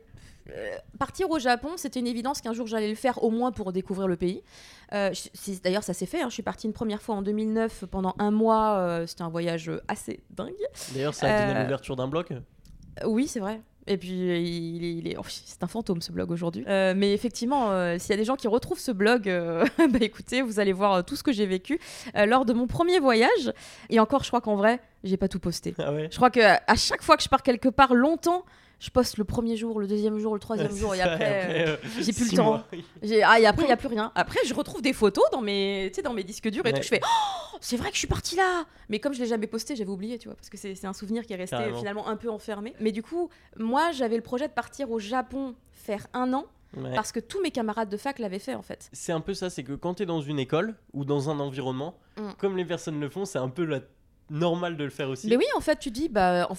partir au Japon, c'était une évidence qu'un jour j'allais le faire, au moins pour découvrir le pays. D'ailleurs, ça s'est fait. Je suis partie une première fois en 2009 pendant un mois. C'était un voyage assez dingue. D'ailleurs, ça a donné l'ouverture d'un blog. Oui, c'est vrai. Et puis, c'est un fantôme ce blog aujourd'hui. Mais effectivement, s'il y a des gens qui retrouvent ce blog, écoutez, vous allez voir tout ce que j'ai vécu lors de mon premier voyage. Et encore, je crois qu'en vrai, j'ai pas tout posté. Ah ouais. Je crois qu'à chaque fois que je pars quelque part longtemps, je poste le premier jour, le deuxième jour, le troisième jour, et après, j'ai plus le temps. Et après, il n'y a plus rien. Après, je retrouve des photos dans mes disques durs et tout. Je fais oh, c'est vrai que je suis partie là. Mais comme je ne l'ai jamais posté, j'avais oublié, tu vois, parce que c'est un souvenir qui est resté finalement un peu enfermé. Mais du coup, moi, j'avais le projet de partir au Japon faire 1 an. Ouais. Parce que tous mes camarades de fac l'avaient fait en fait. C'est un peu ça, c'est que quand tu es dans une école ou dans un environnement, comme les personnes le font, c'est un peu normal de le faire aussi. Mais oui, en fait, tu dis,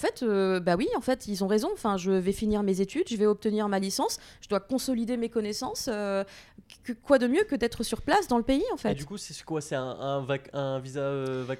oui, en fait, ils ont raison. Enfin, je vais finir mes études, je vais obtenir ma licence, je dois consolider mes connaissances. Quoi de mieux que d'être sur place dans le pays, en fait. Et du coup, c'est quoi ? C'est un visa vacances-travail ?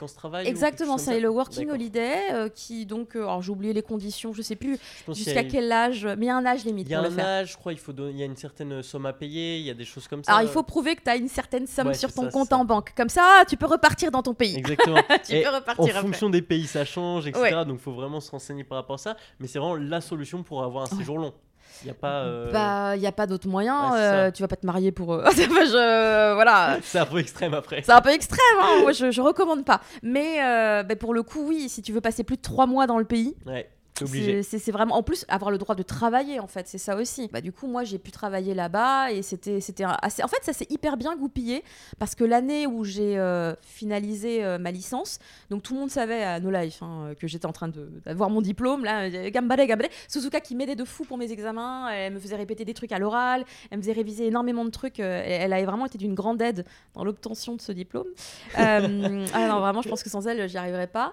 Exactement, c'est le Working Holiday qui, donc, alors j'ai oublié les conditions, je sais plus jusqu'à quel âge, mais il y a un âge limite pour le faire. Il y a un âge, je crois, il y a une certaine somme à payer, il y a des choses comme ça. Alors, il faut prouver que tu as une certaine somme sur ton compte en banque. Comme ça, tu peux repartir dans ton pays. Exactement. Tu peux repartir en fonction des pays, ça change, etc. Donc, il faut vraiment se renseigner par rapport à ça. Mais c'est vraiment la solution pour avoir un séjour long. Il y a pas. Bah, il y a pas d'autre moyen. Ouais, tu vas pas te marier pour. Voilà. C'est un peu extrême après. C'est un peu extrême, hein. Moi je recommande pas. Mais pour le coup, oui, si tu veux passer plus de 3 mois dans le pays. Ouais. Obligé. C'est vraiment en plus avoir le droit de travailler en fait, c'est ça aussi. Bah du coup moi j'ai pu travailler là-bas et c'était assez. En fait ça s'est hyper bien goupillé parce que l'année où j'ai finalisé ma licence, donc tout le monde savait à No Life que j'étais en train d'avoir mon diplôme là, gambale. Suzuka qui m'aidait de fou pour mes examens, elle me faisait répéter des trucs à l'oral, elle me faisait réviser énormément de trucs, elle a vraiment été d'une grande aide dans l'obtention de ce diplôme. Ah non vraiment je pense que sans elle j'y arriverais pas.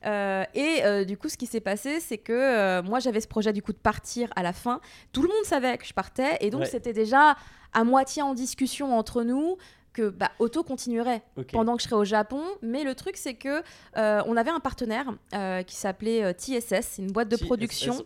Du coup ce qui s'est passé c'est que moi j'avais ce projet du coup de partir à la fin, tout le monde savait que je partais et donc c'était déjà à moitié en discussion entre nous que Otto continuerait pendant que je serais au Japon, mais le truc c'est que on avait un partenaire qui s'appelait TSS, c'est une boîte de production,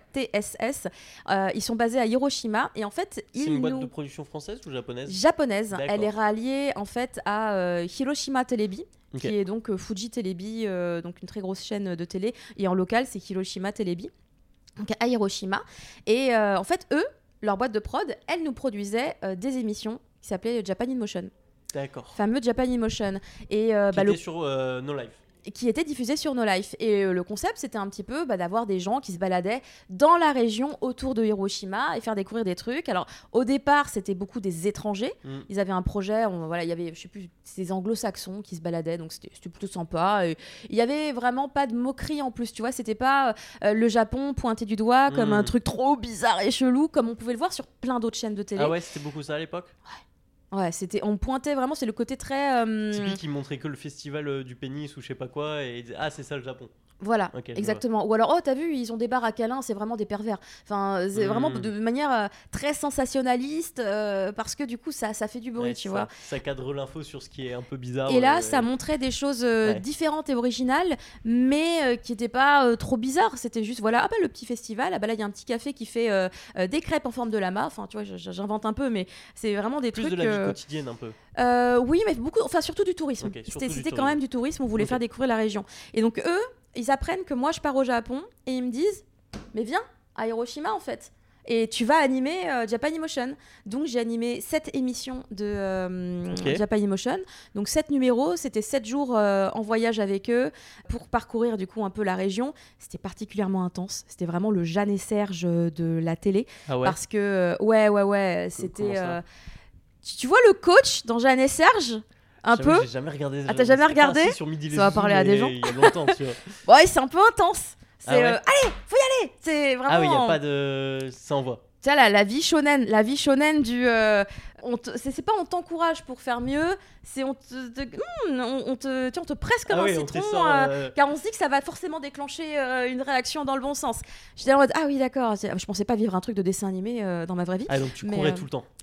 TSS, ils sont basés à Hiroshima et en fait c'est une boîte de production française ou japonaise? Japonaise. Elle est ralliée en fait à Hiroshima Telebi, qui est donc Fuji Telebi, donc une très grosse chaîne de télé, et en local c'est Hiroshima Telebi, donc à Hiroshima. Et en fait eux, leur boîte de prod, elle nous produisait des émissions qui s'appelaient Japan in Motion. D'accord. Fameux Japan in Motion. Et qui était sur No Life. Qui était diffusé sur No Life. Et le concept, c'était un petit peu d'avoir des gens qui se baladaient dans la région autour de Hiroshima et faire découvrir des trucs. Alors, au départ, c'était beaucoup des étrangers. Ils avaient un projet, il y avait, je sais plus, des anglo-saxons qui se baladaient, donc c'était plutôt sympa. Et il y avait vraiment pas de moquerie en plus, tu vois. C'était pas le Japon pointé du doigt comme un truc trop bizarre et chelou, comme on pouvait le voir sur plein d'autres chaînes de télé. Ah ouais, c'était beaucoup ça à l'époque? Ouais, on pointait vraiment, c'est le côté très... Typique, qui montrait que le festival du pénis ou je sais pas quoi, et disait, c'est ça le Japon. Voilà, exactement. Ou alors, t'as vu, ils ont des bars à câlins, c'est vraiment des pervers. Enfin, c'est vraiment de manière très sensationnaliste, parce que du coup, ça fait du bruit, tu vois. Ça cadre l'info sur ce qui est un peu bizarre. Et là, ça montrait des choses différentes et originales, mais qui n'étaient pas trop bizarres. C'était juste, voilà, le petit festival, là, il y a un petit café qui fait des crêpes en forme de lama. Enfin, tu vois, j'invente un peu, mais c'est vraiment des trucs... Plus de la vie quotidienne, un peu. Oui, mais surtout du tourisme. C'était quand même du tourisme, on voulait faire découvrir la région. Et donc, eux, ils apprennent que moi je pars au Japon et ils me disent mais viens à Hiroshima en fait et tu vas animer Japan Emotion. Donc j'ai animé 7 émissions de Japan Emotion, donc 7 numéros, c'était 7 jours en voyage avec eux pour parcourir du coup un peu la région. C'était particulièrement intense, c'était vraiment le Jeanne et Serge de la télé. Parce que c'était tu vois le coach dans Jeanne et Serge un peu. J'ai jamais regardé. T'as jamais regardé? Sur Midi ça va parler à des gens. Il y a longtemps, tu vois. Ouais, c'est un peu intense. C'est allez, faut y aller. C'est vraiment. Ah oui, il y a pas de. Ça envoie. Tu vois la vie shonen du. C'est pas on t'encourage pour faire mieux, c'est on te presse comme un citron, car on se dit que ça va forcément déclencher une réaction dans le bon sens. J'étais en mode oui d'accord, je pensais pas vivre un truc de dessin animé dans ma vraie vie. Ah donc tu courais tout le temps.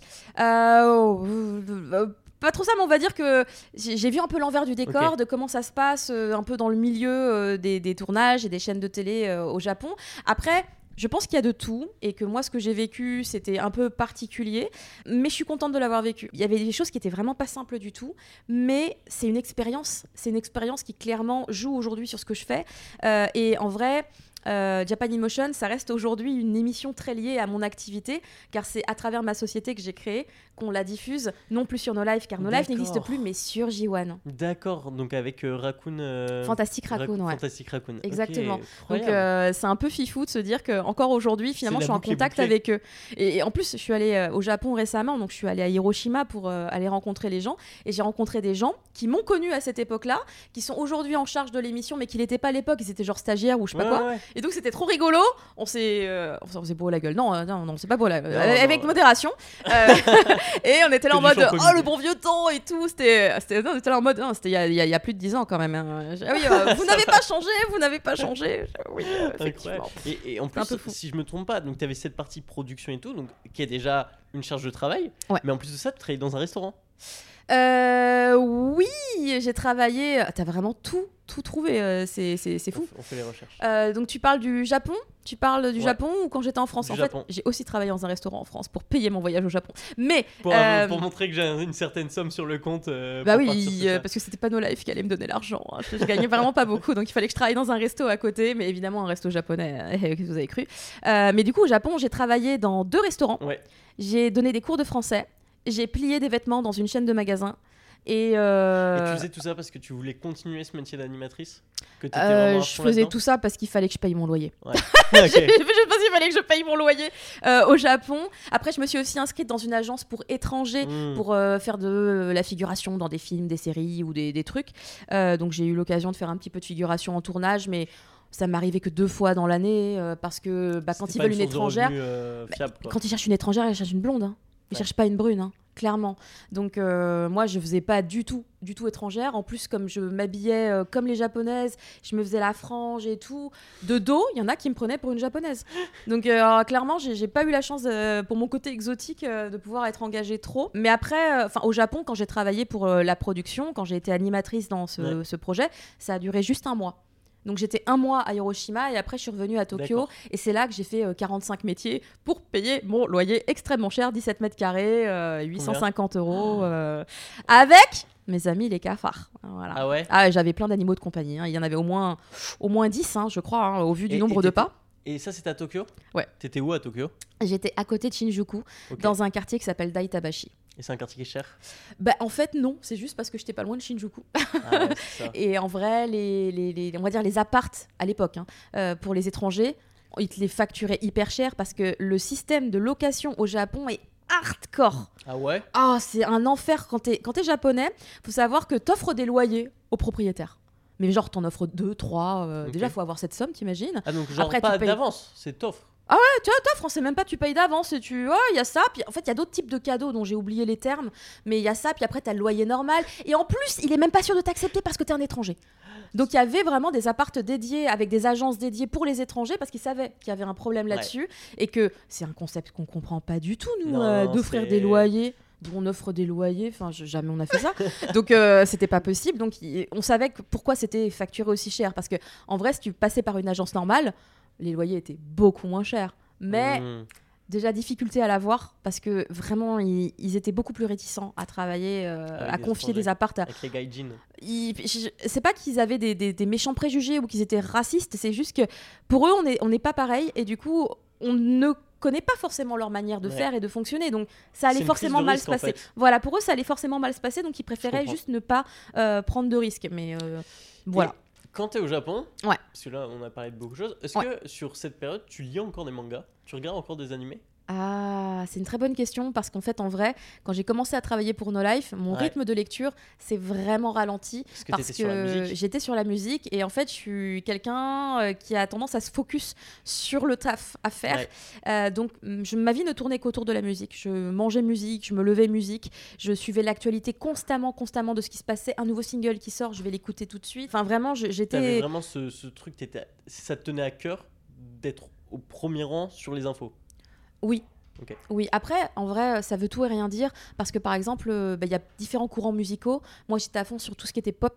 Pas trop ça, mais on va dire que j'ai vu un peu l'envers du décor de comment ça se passe un peu dans le milieu des tournages et des chaînes de télé au Japon. Après, je pense qu'il y a de tout et que moi, ce que j'ai vécu, c'était un peu particulier, mais je suis contente de l'avoir vécu. Il y avait des choses qui étaient vraiment pas simples du tout, mais c'est une expérience qui clairement joue aujourd'hui sur ce que je fais. Et en vrai... Japan in Motion, ça reste aujourd'hui une émission très liée à mon activité, car c'est à travers ma société que j'ai créée qu'on la diffuse, non plus sur No Life, car No Life n'existe plus, mais sur J1. D'accord, donc avec Raccoon... Fantastic Raccoon, Fantastic Raccoon. Exactement. Donc c'est un peu fifou de se dire qu'encore aujourd'hui, finalement, je suis en contact avec eux. Et en plus, je suis allée au Japon récemment, donc je suis allée à Hiroshima pour aller rencontrer les gens, et j'ai rencontré des gens qui m'ont connue à cette époque-là, qui sont aujourd'hui en charge de l'émission, mais qui l'étaient pas à l'époque, ils étaient genre stagiaires ou je sais pas quoi. Et donc c'était trop rigolo, on s'est beau la gueule, non c'est pas beau la gueule, avec modération, et on était là en mode le bon vieux temps et tout, on était là en mode c'était il y a plus de 10 ans quand même, hein. Vous n'avez pas changé, oui, effectivement. Et en plus, si je me trompe pas, donc tu avais cette partie production et tout, donc qui est déjà une charge de travail, mais en plus de ça tu travaillais dans un restaurant. Oui, j'ai travaillé. T'as vraiment tout trouvé, c'est fou. On fait les recherches. Donc tu parles du Japon. Tu parles du Ouais. Japon ou quand j'étais en France? Du En Japon. fait, j'ai aussi travaillé dans un restaurant en France pour payer mon voyage au Japon. Mais Pour montrer que j'ai une certaine somme sur le compte. bah pour partir, oui, c'est ça. parce que c'était pas No Life qui allait me donner l'argent. Hein. Je gagnais vraiment pas beaucoup, donc il fallait que je travaille dans un resto à côté, mais évidemment un resto japonais, que vous avez cru. Mais du coup, au Japon, j'ai travaillé dans 2 restaurants. Ouais. J'ai donné des cours de français. J'ai plié des vêtements dans une chaîne de magasins. Et Et tu faisais tout ça parce que tu voulais continuer ce métier d'animatrice, que t'étais vraiment à je fond faisais là-dedans. tout ça parce qu'il fallait que je paye mon loyer. Ouais. Ok. Je pense qu'il fallait que je paye mon loyer au Japon. Après, je me suis aussi inscrite dans une agence pour étrangers pour faire de la figuration dans des films, des séries ou des trucs. Donc j'ai eu l'occasion de faire un petit peu de figuration en tournage, mais ça m'arrivait que 2 fois dans l'année parce que quand C'était ils pas veulent une source de étrangère, revenus, fiable, quoi. quand ils cherchent une étrangère, ils cherchent une blonde. Hein. Ils cherchent pas une brune, hein, clairement. Donc moi, je faisais pas du tout étrangère. En plus, comme je m'habillais comme les japonaises, je me faisais la frange et tout. De dos, il y en a qui me prenaient pour une japonaise. Donc clairement, j'ai pas eu la chance pour mon côté exotique de pouvoir être engagée trop. Mais après, au Japon, quand j'ai travaillé pour la production, quand j'ai été animatrice dans ce projet, ça a duré juste 1 mois. Donc j'étais 1 mois à Hiroshima et après je suis revenue à Tokyo. D'accord. Et c'est là que j'ai fait 45 métiers pour payer mon loyer extrêmement cher, 17 mètres carrés, 850 euros, avec mes amis les cafards. Voilà. Ah ouais. J'avais plein d'animaux de compagnie. Hein. Il y en avait au moins 10, hein, je crois, hein, au vu du Et nombre de pas. Et ça, c'était à Tokyo? Ouais. T'étais où à Tokyo? J'étais à côté de Shinjuku, Ok. dans un quartier qui s'appelle Daitabashi. Et c'est un quartier qui est cher? En fait, non, c'est juste parce que j'étais pas loin de Shinjuku. Ah ouais, c'est ça. Et en vrai, on va dire les appartes à l'époque, hein, pour les étrangers, ils te les facturaient hyper cher parce que le système de location au Japon est hardcore. Ah ouais? Oh, c'est un enfer quand t'es japonais. Faut savoir que t'offres des loyers aux propriétaires. Mais genre, t'en offres 2, 3. Ok. Déjà, faut avoir cette somme, t'imagines? Ah donc genre Après, pas tu payes- d'avance, c'est t'offres. Tu vois, t'offres, on sait même pas, tu payes d'avance et il y a ça. Puis en fait, il y a d'autres types de cadeaux dont j'ai oublié les termes, mais il y a ça. Puis après, t'as le loyer normal. Et en plus, il est même pas sûr de t'accepter parce que t'es un étranger. Donc il y avait vraiment des appartes dédiés avec des agences dédiées pour les étrangers parce qu'ils savaient qu'il y avait un problème là-dessus et que c'est un concept qu'on comprend pas du tout, nous, Non, d'offrir c'est- des loyers. On offre des loyers, jamais on a fait ça. Donc c'était pas possible. Donc on savait pourquoi c'était facturé aussi cher parce que en vrai, si tu passais par une agence normale, les loyers étaient beaucoup moins chers. Mais déjà difficulté à l'avoir parce que vraiment ils étaient beaucoup plus réticents à travailler, à des confier étrangers. des apparts. Avec les gaijins. C'est pas qu'ils avaient des méchants préjugés ou qu'ils étaient racistes, c'est juste que pour eux on n'est pas pareil et du coup on ne connaît pas forcément leur manière de Ouais. faire et de fonctionner, donc ça C'est allait une forcément prise de mal risque, se en passer. fait. Voilà, pour eux ça allait forcément mal se passer, donc ils préféraient comprends. juste ne pas prendre de risques. Mais voilà. Et quand t'es au Japon, Ouais. parce que là on a parlé de beaucoup de choses, est-ce Ouais. que sur cette période tu lis encore des mangas? Tu regardes encore des animés? Ah, c'est une très bonne question parce qu'en fait, en vrai, quand j'ai commencé à travailler pour No Life, mon Ouais. rythme de lecture s'est vraiment ralenti Parce que parce t'étais sur la que musique. j'étais sur la musique et en fait, je suis quelqu'un qui a tendance à se focus sur le taf à faire. Ouais. Donc, ma vie ne tournait qu'autour de la musique. Je mangeais musique, je me levais musique, je suivais l'actualité constamment de ce qui se passait. Un nouveau single qui sort, je vais l'écouter tout de suite. Enfin, vraiment, T'avais j'étais. vraiment ce truc, ça te tenait à cœur d'être au premier rang sur les infos. Oui. Ok. Oui, après, en vrai, ça veut tout et rien dire parce que par exemple, il y a différents courants musicaux. Moi, j'étais à fond sur tout ce qui était pop.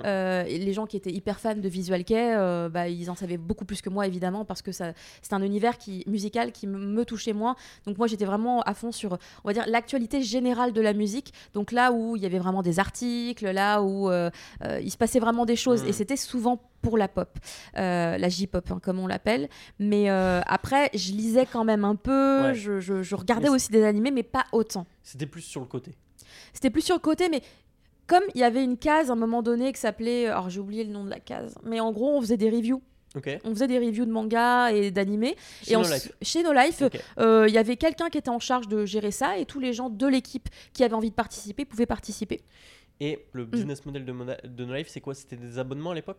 Et les gens qui étaient hyper fans de Visual Kei, ils en savaient beaucoup plus que moi, évidemment, parce que c'est un univers musical qui me touchait moins. Donc moi, j'étais vraiment à fond sur, on va dire, l'actualité générale de la musique. Donc là où il y avait vraiment des articles, là où il se passait vraiment des choses. Et c'était souvent pour la pop, la J-pop, hein, comme on l'appelle. Mais après, je lisais quand même un peu, Ouais. je regardais aussi des animés, mais pas autant. C'était plus sur le côté. C'était plus sur le côté, mais comme il y avait une case à un moment donné qui s'appelait... Alors, j'ai oublié le nom de la case. Mais en gros, on faisait des reviews. Ok. On faisait des reviews de mangas et d'animés. Chez Et No Life. chez No Life, Ok. il y avait quelqu'un qui était en charge de gérer ça et tous les gens de l'équipe qui avaient envie de participer pouvaient participer. Et le business model de No Life, c'est quoi? C'était des abonnements à l'époque?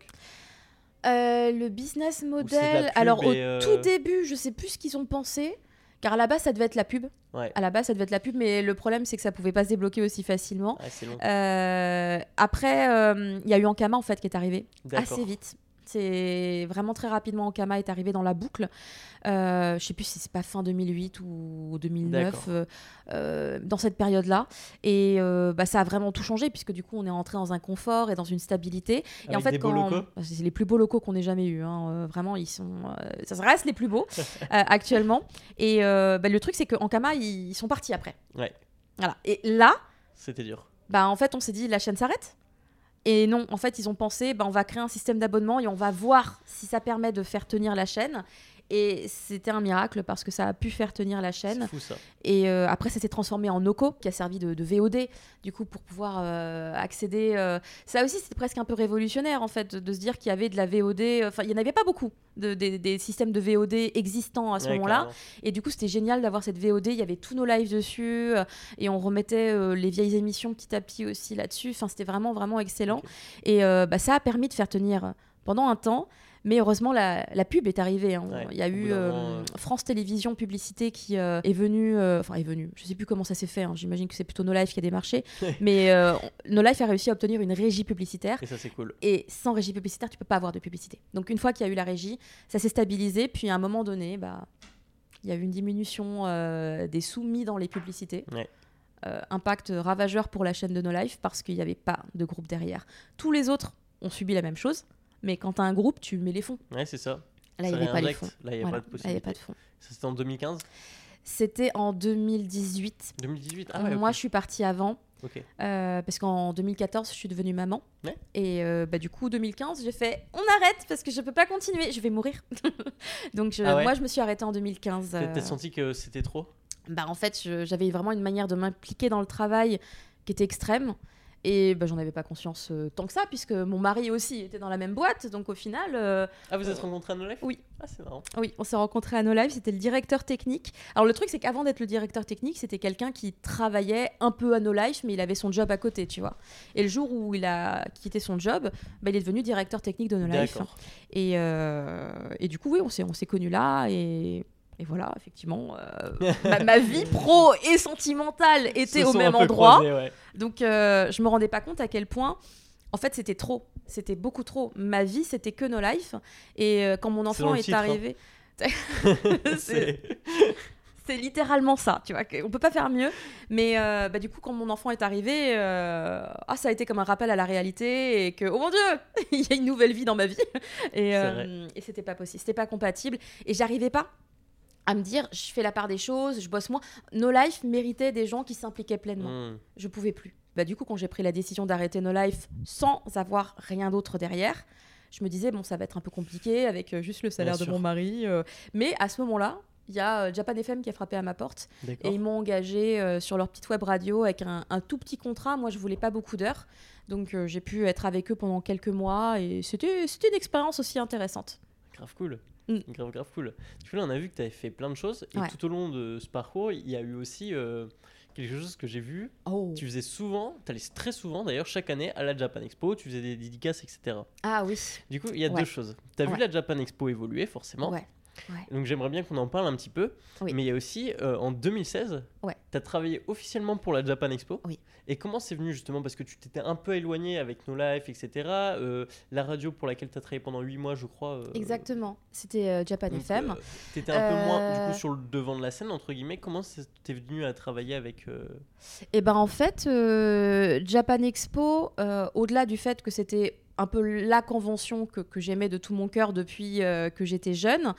Le business c'est de la model, pub alors au et, tout début, je sais plus ce qu'ils ont pensé, car à la base ça devait être la pub. Ouais. À la base ça devait être la pub, mais le problème c'est que ça pouvait pas se débloquer aussi facilement. Ouais, c'est long. Après, il y a eu Ankama en fait qui est arrivé D'accord. assez vite. C'est vraiment très rapidement, Ankama est arrivé dans la boucle. Je sais plus si c'est pas fin 2008 ou 2009, dans cette période-là. Et ça a vraiment tout changé, puisque du coup, on est rentré dans un confort et dans une stabilité. Avec et en fait, des beaux locaux. C'est les plus beaux locaux qu'on ait jamais eu. Vraiment, ils sont, ça reste les plus beaux actuellement. Et le truc, c'est qu'Ankama, ils sont partis après. Ouais. Voilà. Et là, c'était dur. En fait, on s'est dit, la chaîne s'arrête. Et non, en fait, ils ont pensé, on va créer un système d'abonnement et on va voir si ça permet de faire tenir la chaîne. Et c'était un miracle parce que ça a pu faire tenir la chaîne. C'est fou, ça. Et après, ça s'est transformé en Noco, qui a servi de VOD, du coup, pour pouvoir accéder. Ça aussi, c'était presque un peu révolutionnaire, en fait, de se dire qu'il y avait de la VOD. Enfin, il n'y en avait pas beaucoup des systèmes de VOD existants à ce moment-là. Carrément. Et du coup, c'était génial d'avoir cette VOD. Il y avait tous nos lives dessus. Et on remettait les vieilles émissions petit à petit aussi là-dessus. Enfin, c'était vraiment, vraiment excellent. Okay. Et ça a permis de faire tenir pendant un temps. Mais heureusement, la pub est arrivée. Il y a eu France Télévisions Publicité qui est venue. Je ne sais plus comment ça s'est fait. J'imagine que c'est plutôt No Life qui a démarché. Mais No Life a réussi à obtenir une régie publicitaire. Et ça, c'est cool. Et sans régie publicitaire, tu ne peux pas avoir de publicité. Donc, une fois qu'il y a eu la régie, ça s'est stabilisé. Puis, à un moment donné, il y a eu une diminution des sous mis dans les publicités. Ouais. Impact ravageur pour la chaîne de No Life parce qu'il n'y avait pas de groupe derrière. Tous les autres ont subi la même chose. Mais quand tu as un groupe, tu mets les fonds. Ouais, c'est ça. Là, il n'y avait pas les fonds. Là, il n'y avait pas de possibilité. Là, il n'y avait pas de fonds. Ça, c'était en 2015 ? C'était en 2018. 2018 ? Ah ouais, Moi, okay. je suis partie avant. Okay. Parce qu'en 2014, je suis devenue maman. Ouais. Et du coup, 2015, j'ai fait on arrête parce que je ne peux pas continuer. Je vais mourir. Donc, moi, je me suis arrêtée en 2015. T'as senti que c'était trop ? En fait, j'avais vraiment une manière de m'impliquer dans le travail qui était extrême. Et j'en avais pas conscience tant que ça, puisque mon mari aussi était dans la même boîte. Donc au final... vous êtes rencontrés à No Life ? Oui. Ah, c'est marrant. Oui, on s'est rencontrés à No Life. C'était le directeur technique. Alors le truc, c'est qu'avant d'être le directeur technique, c'était quelqu'un qui travaillait un peu à No Life, mais il avait son job à côté, tu vois. Et le jour où il a quitté son job, il est devenu directeur technique de No Life. D'accord. Et du coup, oui, on s'est connus là. Et voilà, effectivement, ma vie pro et sentimentale était au même endroit. Croisés, ouais. Donc, je me rendais pas compte à quel point, en fait, c'était trop. C'était beaucoup trop. Ma vie, c'était que No Life. Et quand mon enfant est arrivé... C'est littéralement ça, tu vois. On peut pas faire mieux. Mais du coup, quand mon enfant est arrivé, ça a été comme un rappel à la réalité et que, oh mon Dieu, il y a une nouvelle vie dans ma vie. Et c'était pas possible, c'était pas compatible. Et j'arrivais pas à me dire, je fais la part des choses, je bosse moins. No Life méritait des gens qui s'impliquaient pleinement. Je pouvais plus. Du coup, quand j'ai pris la décision d'arrêter No Life sans avoir rien d'autre derrière, je me disais, ça va être un peu compliqué avec juste le salaire de mon mari. Mais à ce moment-là, il y a Japan FM qui a frappé à ma porte. D'accord. Et ils m'ont engagé sur leur petite web radio avec un tout petit contrat. Moi, je voulais pas beaucoup d'heures. Donc, j'ai pu être avec eux pendant quelques mois. Et c'était une expérience aussi intéressante. Grave cool. Grave cool. Du coup, là, on a vu que tu avais fait plein de choses. Et tout au long de ce parcours, il y a eu aussi quelque chose que j'ai vu. Tu faisais souvent, tu allais très souvent d'ailleurs, chaque année à la Japan Expo. Tu faisais des dédicaces, etc. Ah oui. Du coup, il y a deux choses. Tu as vu la Japan Expo évoluer, forcément. Ouais. Donc j'aimerais bien qu'on en parle un petit peu. Oui. Mais il y a aussi, en 2016, tu as travaillé officiellement pour la Japan Expo. Oui. Et comment c'est venu justement ? Parce que tu t'étais un peu éloigné avec No Life, etc. La radio pour laquelle tu as travaillé pendant 8 mois, je crois. Exactement. C'était Japan FM. Tu étais un peu moins du coup, sur le devant de la scène, entre guillemets. Comment t'es venu à travailler avec... En fait, Japan Expo, au-delà du fait que c'était un peu la convention que j'aimais de tout mon cœur depuis que j'étais jeune.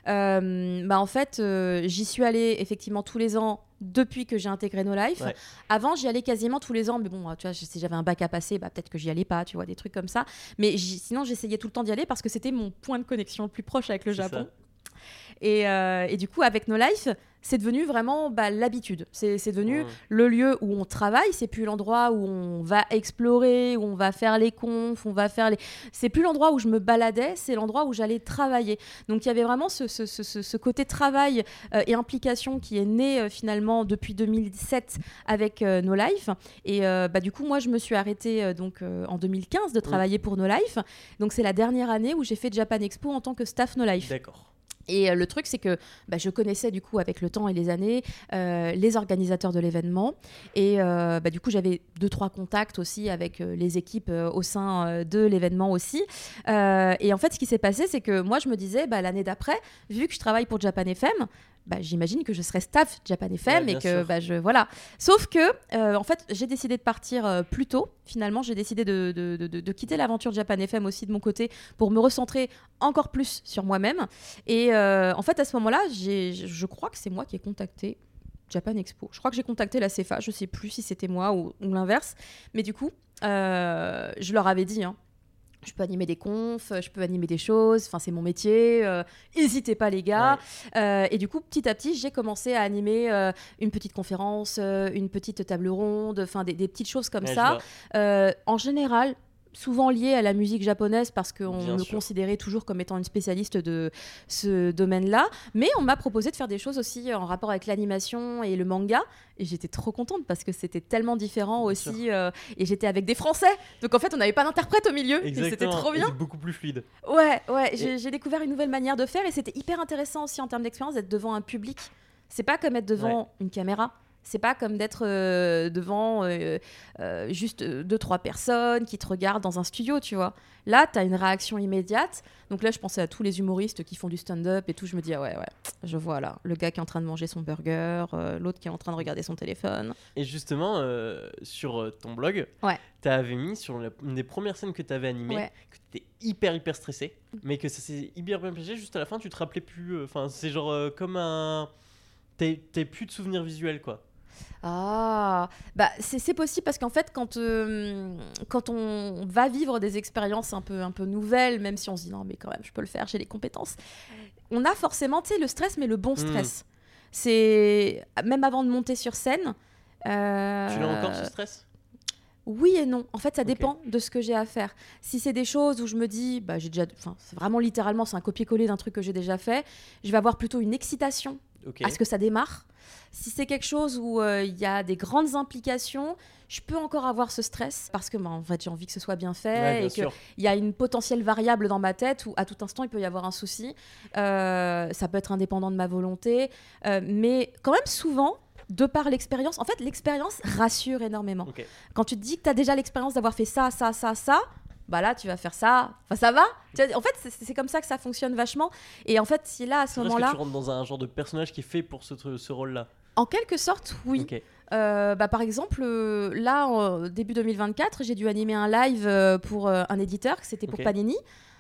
En fait, j'y suis allée effectivement tous les ans depuis que j'ai intégré No Life. Ouais. Avant, j'y allais quasiment tous les ans, mais bon, tu vois, si j'avais un bac à passer, peut-être que j'y allais pas, tu vois, des trucs comme ça. Mais sinon, j'essayais tout le temps d'y aller parce que c'était mon point de connexion le plus proche avec le Japon. Et du coup, avec No Life, c'est devenu vraiment l'habitude. C'est devenu le lieu où on travaille. C'est plus l'endroit où on va explorer, où on va faire les confs, c'est plus l'endroit où je me baladais, c'est l'endroit où j'allais travailler. Donc, il y avait vraiment ce côté travail et implication qui est né finalement depuis 2007 avec No Life. Et du coup, moi, je me suis arrêtée en 2015 de travailler pour No Life. Donc, c'est la dernière année où j'ai fait Japan Expo en tant que staff No Life. D'accord. Et le truc, c'est que je connaissais du coup avec le temps et les années les organisateurs de l'événement. Et du coup, j'avais 2-3 contacts aussi avec les équipes au sein de l'événement aussi. Et en fait, ce qui s'est passé, c'est que moi, je me disais, l'année d'après, vu que je travaille pour Japan FM, j'imagine que je serai staff Japan FM et que voilà. Sauf que en fait, j'ai décidé de partir plus tôt. Finalement, j'ai décidé de quitter l'aventure Japan FM aussi de mon côté pour me recentrer encore plus sur moi-même. Et en fait, à ce moment-là, je crois que c'est moi qui ai contacté Japan Expo. Je crois que j'ai contacté la CFA. Je sais plus si c'était moi ou l'inverse. Mais du coup, je leur avais dit, je peux animer des confs, je peux animer des choses, enfin c'est mon métier, n'hésitez pas les gars. Ouais. Et du coup, petit à petit, j'ai commencé à animer une petite conférence, une petite table ronde, enfin des petites choses comme ça. En général, souvent liées à la musique japonaise parce qu'on me considérait toujours comme étant une spécialiste de ce domaine-là. Mais on m'a proposé de faire des choses aussi en rapport avec l'animation et le manga. Et j'étais trop contente parce que c'était tellement différent aussi. Et j'étais avec des Français. Donc en fait, on n'avait pas d'interprète au milieu. Exactement. Et c'était trop bien. Et c'est beaucoup plus fluide. Ouais. J'ai découvert une nouvelle manière de faire. Et c'était hyper intéressant aussi en termes d'expérience d'être devant un public. C'est pas comme être devant une caméra. C'est pas comme d'être devant juste 2-3 personnes qui te regardent dans un studio, tu vois. Là, t'as une réaction immédiate. Donc là, je pensais à tous les humoristes qui font du stand-up et tout. Je me dis, ouais, je vois là. Le gars qui est en train de manger son burger, l'autre qui est en train de regarder son téléphone. Et justement, sur ton blog, t'avais mis sur une des premières scènes que t'avais animées, que t'étais hyper stressé, mais que ça s'est hyper bien passé. Juste à la fin, tu te rappelais plus. Enfin, c'est genre comme un... T'as plus de souvenirs visuels, quoi. Ah, c'est possible parce qu'en fait, quand on va vivre des expériences un peu nouvelles, même si on se dit non, mais quand même, je peux le faire, j'ai les compétences, on a forcément, tu sais, le stress, mais le bon stress. C'est même avant de monter sur scène. Tu l'as encore ce stress ? Oui et non. En fait, ça dépend de ce que j'ai à faire. Si c'est des choses où je me dis, j'ai déjà, c'est vraiment littéralement, c'est un copier-coller d'un truc que j'ai déjà fait, je vais avoir plutôt une excitation à ce que ça démarre. Si c'est quelque chose où il y a des grandes implications, je peux encore avoir ce stress parce que en fait, j'ai envie que ce soit bien fait et qu'il y a une potentielle variable dans ma tête où à tout instant, il peut y avoir un souci. Ça peut être indépendant de ma volonté. Mais quand même, souvent, de par l'expérience, en fait, l'expérience rassure énormément. Quand tu te dis que tu as déjà l'expérience d'avoir fait ça, là tu vas faire ça, enfin ça va. En fait c'est comme ça que ça fonctionne vachement. Et en fait si là à ce moment-là, que tu rentres dans un genre de personnage qui est fait pour ce rôle-là. En quelque sorte oui. Par exemple là début 2024 j'ai dû animer un live pour un éditeur, c'était pour Panini.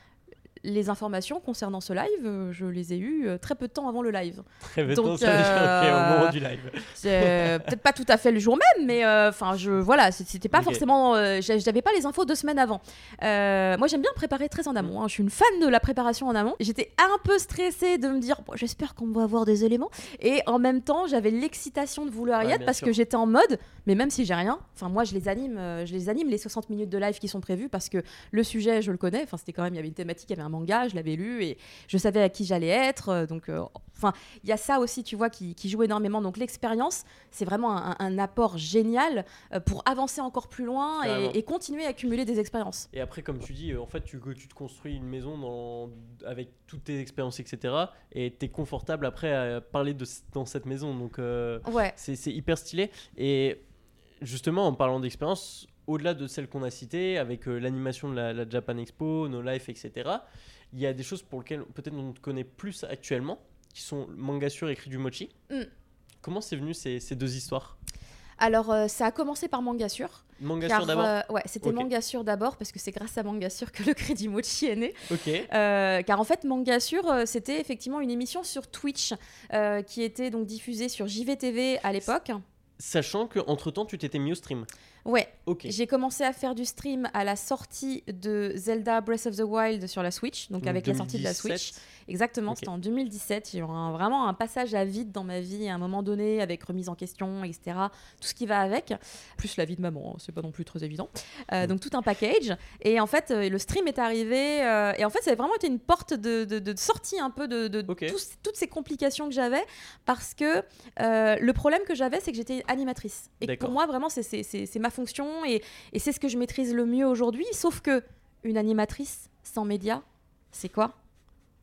Les informations concernant ce live, je les ai eues très peu de temps avant le live. Très peu de temps, ça veut dire au moment du live. Peut-être pas tout à fait le jour même, mais voilà, c'était pas forcément... j'avais pas les infos 2 semaines avant. Moi, j'aime bien préparer très en amont. Je suis une fan de la préparation en amont. J'étais un peu stressée de me dire, j'espère qu'on va avoir des éléments. Et en même temps, j'avais l'excitation de vouloir y être parce que j'étais en mode, mais même si j'ai rien, moi, je les anime les 60 minutes de live qui sont prévues parce que le sujet, je le connais. C'était quand même, il y avait une thématique, il y avait un manga, je l'avais lu et je savais à qui j'allais être. Donc, il y a ça aussi, tu vois, qui joue énormément. Donc, l'expérience, c'est vraiment un apport génial pour avancer encore plus loin et continuer à accumuler des expériences. Et après, comme tu dis, en fait, tu te construis une maison avec toutes tes expériences, etc. Et tu es confortable après à parler dans cette maison. Donc, c'est hyper stylé. Et justement, en parlant d'expérience, au-delà de celles qu'on a citées, avec l'animation de la Japan Expo, nos lives, etc., il y a des choses pour lesquelles peut-être on te connaît plus actuellement, qui sont Mangasure et Cri du Mochi. Comment c'est venu ces 2 histoires ? Alors, ça a commencé par Mangasure. Mangasure d'abord c'était Mangasure d'abord, parce que c'est grâce à Mangasure que le Cri du Mochi est né. Car en fait, Mangasure, c'était effectivement une émission sur Twitch qui était donc diffusée sur JVTV à l'époque. Sachant qu'entre-temps, tu t'étais mis au stream. Ouais, j'ai commencé à faire du stream à la sortie de Zelda Breath of the Wild sur la Switch, donc avec 2017. La sortie de la Switch. Exactement, c'était en 2017. J'ai eu vraiment un passage à vide dans ma vie à un moment donné, avec remise en question, etc. Tout ce qui va avec, plus la vie de maman, c'est pas non plus très évident. Donc tout un package. Et en fait, le stream est arrivé. Et en fait, ça a vraiment été une porte de sortie un peu de toutes ces complications que j'avais. Parce que le problème que j'avais, c'est que j'étais animatrice. Et pour moi, vraiment, c'est ma fonction et c'est ce que je maîtrise le mieux aujourd'hui. Sauf que une animatrice sans médias, c'est quoi ?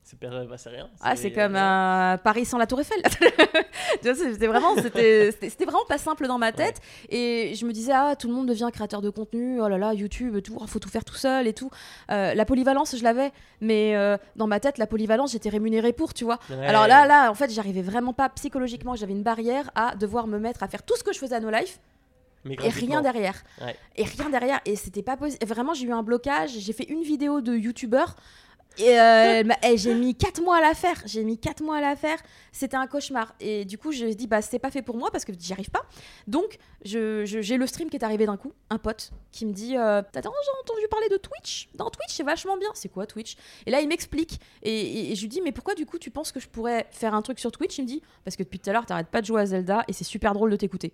C'est rien. C'est comme Paris sans la Tour Eiffel. Tu vois, c'était vraiment pas simple dans ma tête. Et je me disais, tout le monde devient créateur de contenu. Oh là là, YouTube, tout, faut tout faire tout seul et tout. La polyvalence, je l'avais. Mais dans ma tête, la polyvalence, j'étais rémunérée pour, tu vois. Ouais. Alors là, en fait, j'arrivais vraiment pas psychologiquement. J'avais une barrière à devoir me mettre à faire tout ce que je faisais à No Life. Et rien derrière. Et rien derrière. Et c'était pas possible. Vraiment, j'ai eu un blocage. J'ai fait une vidéo de YouTubeur. Et j'ai mis 4 mois à la faire. C'était un cauchemar. Et du coup, je me dis, c'est pas fait pour moi parce que j'y arrive pas. Donc, j'ai le stream qui est arrivé d'un coup. Un pote qui me dit, attends, j'ai entendu parler de Twitch. Dans Twitch, c'est vachement bien. C'est quoi Twitch? Et là, il m'explique. Et je lui dis, mais pourquoi du coup, tu penses que je pourrais faire un truc sur Twitch? Il me dit, parce que depuis tout à l'heure, t'arrêtes pas de jouer à Zelda et c'est super drôle de t'écouter.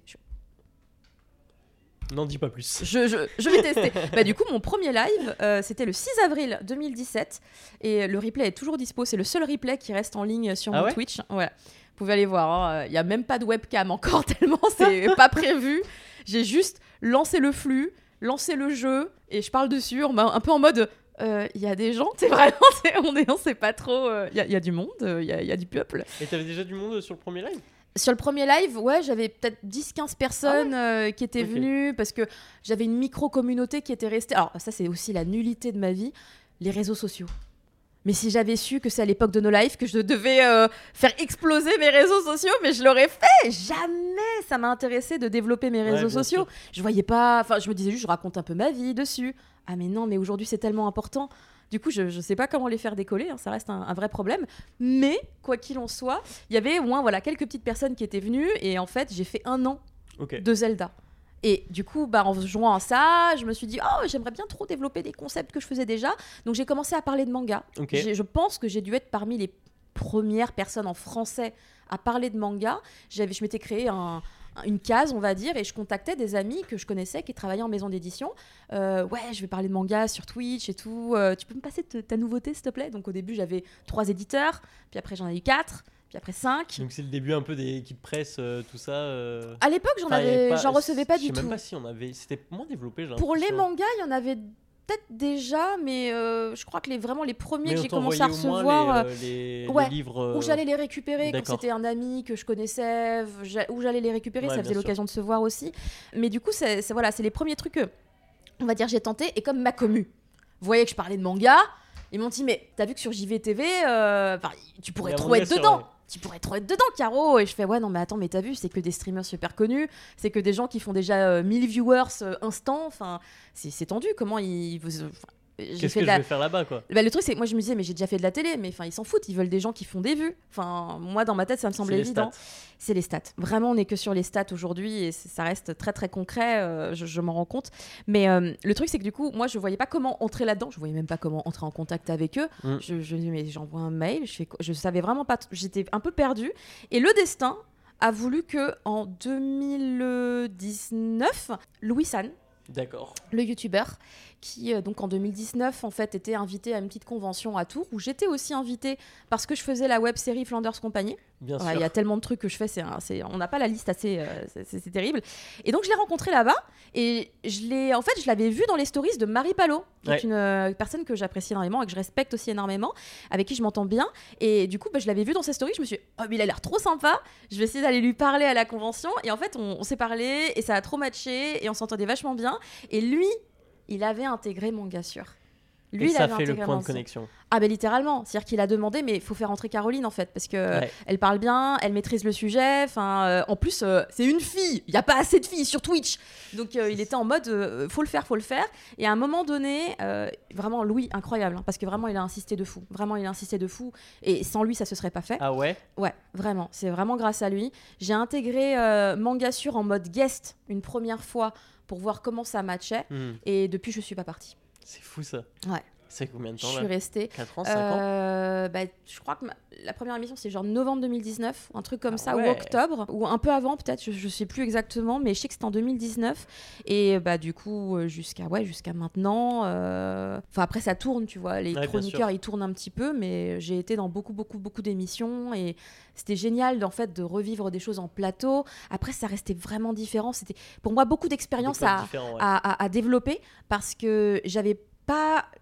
N'en dis pas plus. Je vais tester. Du coup, mon premier live, c'était le 6 avril 2017. Et le replay est toujours dispo. C'est le seul replay qui reste en ligne sur mon Twitch. Voilà. Vous pouvez aller voir. Il n'y a même pas de webcam encore, tellement c'est pas prévu. J'ai juste lancé le flux, lancé le jeu, et je parle dessus un peu en mode... Il y a des gens, c'est vraiment... on sait pas trop... Il y a du monde, il y a du peuple. Et t'avais déjà du monde sur le premier live ? Sur le premier live, j'avais peut-être 10-15 personnes qui étaient venues parce que j'avais une micro-communauté qui était restée. Alors ça, c'est aussi la nullité de ma vie, les réseaux sociaux. Mais si j'avais su que c'est à l'époque de No Life que je devais faire exploser mes réseaux sociaux, mais je l'aurais fait. Jamais ça m'a intéressé de développer mes réseaux sociaux. Je voyais pas... Enfin, je me disais juste, je raconte un peu ma vie dessus. Ah mais non, mais aujourd'hui, c'est tellement important. Du coup, je ne sais pas comment les faire décoller, ça reste un vrai problème. Mais, quoi qu'il en soit, il y avait au moins quelques petites personnes qui étaient venues. Et en fait, j'ai fait 1 an de Zelda. Et du coup, en jouant à ça, je me suis dit, j'aimerais bien trop développer des concepts que je faisais déjà. Donc, j'ai commencé à parler de manga. Je pense que j'ai dû être parmi les premières personnes en français à parler de manga. Je m'étais créé une case, on va dire, et je contactais des amis que je connaissais qui travaillaient en maison d'édition. Je vais parler de manga sur Twitch et tout. Tu peux me passer ta nouveauté, s'il te plaît? Donc au début, j'avais 3 éditeurs, puis après j'en ai eu 4, puis après 5. Donc c'est le début un peu des équipes presse, tout ça. À l'époque, j'en recevais pas du tout. Je sais même pas si on avait... C'était moins développé, j'ai Pour les mangas, il y en avait peut-être déjà, mais je crois que les premiers que j'ai commencé à recevoir, les livres où j'allais les récupérer quand c'était un ami que je connaissais, où j'allais les récupérer, ça faisait l'occasion de se voir aussi. Mais du coup, c'est les premiers trucs que, on va dire, j'ai tenté. Et comme ma commu voyait que je parlais de manga, ils m'ont dit, mais t'as vu que sur JVTV, tu pourrais trop être dedans. Tu pourrais trop être dedans, Caro. Et je fais, non, mais attends, mais t'as vu, c'est que des streamers super connus, c'est que des gens qui font déjà 1000 viewers instant. Enfin, c'est tendu. Comment ils. Qu'est-ce que je vais faire là-bas, quoi? Le truc, c'est que moi, je me disais, mais j'ai déjà fait de la télé, mais ils s'en foutent. Ils veulent des gens qui font des vues. Enfin, moi, dans ma tête, ça me semblait évident. C'est les stats. Vraiment, on n'est que sur les stats aujourd'hui et ça reste très, très concret. Je m'en rends compte. Mais le truc, c'est que du coup, moi, je voyais pas comment entrer là-dedans. Je voyais même pas comment entrer en contact avec eux. Mais j'envoie un mail. Je savais vraiment pas. J'étais un peu perdue. Et le destin a voulu que en 2019, Louis San, le youtubeur, qui donc en 2019 en fait était invité à une petite convention à Tours où j'étais aussi invitée parce que je faisais la web série Flanders Compagnie. Bien sûr. Il y a tellement de trucs que je fais, on n'a pas la liste assez, c'est terrible. Et donc je l'ai rencontré là-bas et je l'avais vu dans les stories de Marie Palot, qui est une personne que j'apprécie énormément et que je respecte aussi énormément, avec qui je m'entends bien. Et du coup, je l'avais vu dans ses stories, je me suis dit, mais il a l'air trop sympa, je vais essayer d'aller lui parler à la convention. Et en fait, on s'est parlé et ça a trop matché et on s'entendait vachement bien. Et lui, il avait intégré Mangasure. Lui, et ça fait le point de connexion. Ah ben littéralement, c'est-à-dire qu'il a demandé, mais il faut faire entrer Caroline en fait, parce que elle parle bien, elle maîtrise le sujet. En plus, c'est une fille. Il y a pas assez de filles sur Twitch, donc il était en mode, faut le faire. Et à un moment donné, vraiment Louis, incroyable, parce que vraiment il a insisté de fou. Et sans lui, ça se serait pas fait. Ah ouais. Ouais, vraiment. C'est vraiment grâce à lui. J'ai intégré Mangasure en mode guest une première fois pour voir comment ça matchait, et depuis je suis pas partie. C'est fou ça. Ouais. C'est combien de temps là ? Je suis restée. 4 ans, 5 ans je crois que la première émission, c'est genre novembre 2019, un truc comme ça, ou octobre, ou un peu avant peut-être, je sais plus exactement, mais je sais que c'était en 2019. Et du coup, jusqu'à maintenant. Après, ça tourne, tu vois. Les chroniqueurs, ils tournent un petit peu, mais j'ai été dans beaucoup d'émissions et c'était génial en fait de revivre des choses en plateau. Après, ça restait vraiment différent. C'était pour moi beaucoup d'expérience à développer parce que j'avais pas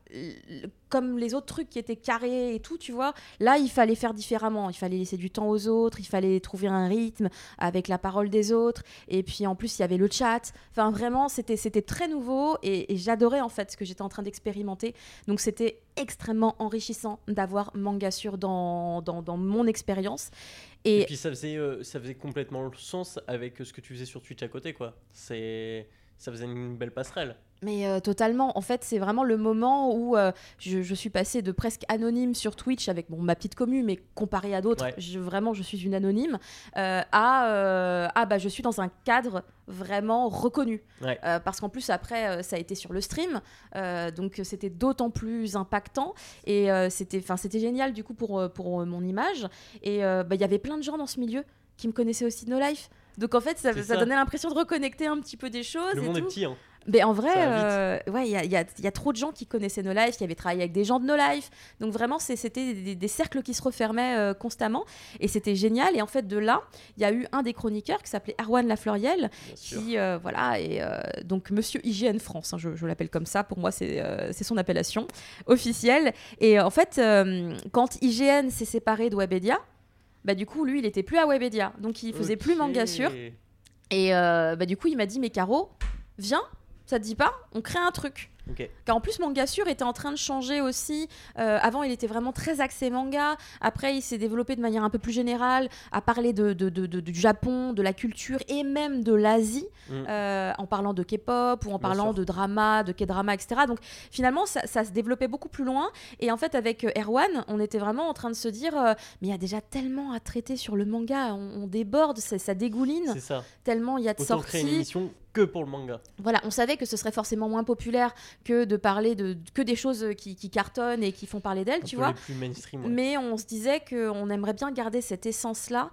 comme les autres trucs qui étaient carrés et tout, tu vois, là, il fallait faire différemment. Il fallait laisser du temps aux autres, il fallait trouver un rythme avec la parole des autres. Et puis, en plus, il y avait le chat. Enfin, vraiment, c'était très nouveau et j'adorais, en fait, ce que j'étais en train d'expérimenter. Donc, c'était extrêmement enrichissant d'avoir Mangasure dans mon expérience. Et puis, ça faisait complètement le sens avec ce que tu faisais sur Twitch à côté, quoi. Ça faisait une belle passerelle. Mais totalement, en fait c'est vraiment le moment où je suis passée de presque anonyme sur Twitch avec ma petite commu, mais comparée à d'autres, vraiment je suis une anonyme, je suis dans un cadre vraiment reconnu, parce qu'en plus après ça a été sur le stream, donc c'était d'autant plus impactant et c'était génial du coup pour mon image et y avait plein de gens dans ce milieu qui me connaissaient aussi de No Life. Donc en fait, ça donnait l'impression de reconnecter un petit peu des choses. Le monde est petit, hein. Mais en vrai, il y a trop de gens qui connaissaient No Life, qui avaient travaillé avec des gens de No Life. Donc vraiment, c'était des cercles qui se refermaient constamment. Et c'était génial. Et en fait, de là, il y a eu un des chroniqueurs qui s'appelait Erwan Lafleuriel, qui, donc Monsieur IGN France, hein, je l'appelle comme ça. Pour moi, c'est son appellation officielle. Et en fait, quand IGN s'est séparé de Webedia, du coup, lui, il était plus à Webedia. Donc, il faisait plus Mangasure. Et du coup, il m'a dit, mais Caro, viens, ça te dit pas ? On crée un truc. Car en plus, Mangasure était en train de changer aussi. Avant, il était vraiment très axé manga. Après, il s'est développé de manière un peu plus générale, à parler du Japon, de la culture et même de l'Asie, en parlant de K-pop ou en parlant de drama, de K-drama, etc. Donc finalement, ça se développait beaucoup plus loin. Et en fait, avec Erwan, on était vraiment en train de se dire mais il y a déjà tellement à traiter sur le manga. On déborde, ça dégouline. C'est ça. Tellement il y a de sorties. Créer une émission que pour le manga. Voilà, on savait que ce serait forcément moins populaire que de parler que des choses qui cartonnent et qui font parler d'elles, tu vois. Les plus mainstream, Mais on se disait qu'on aimerait bien garder cette essence-là.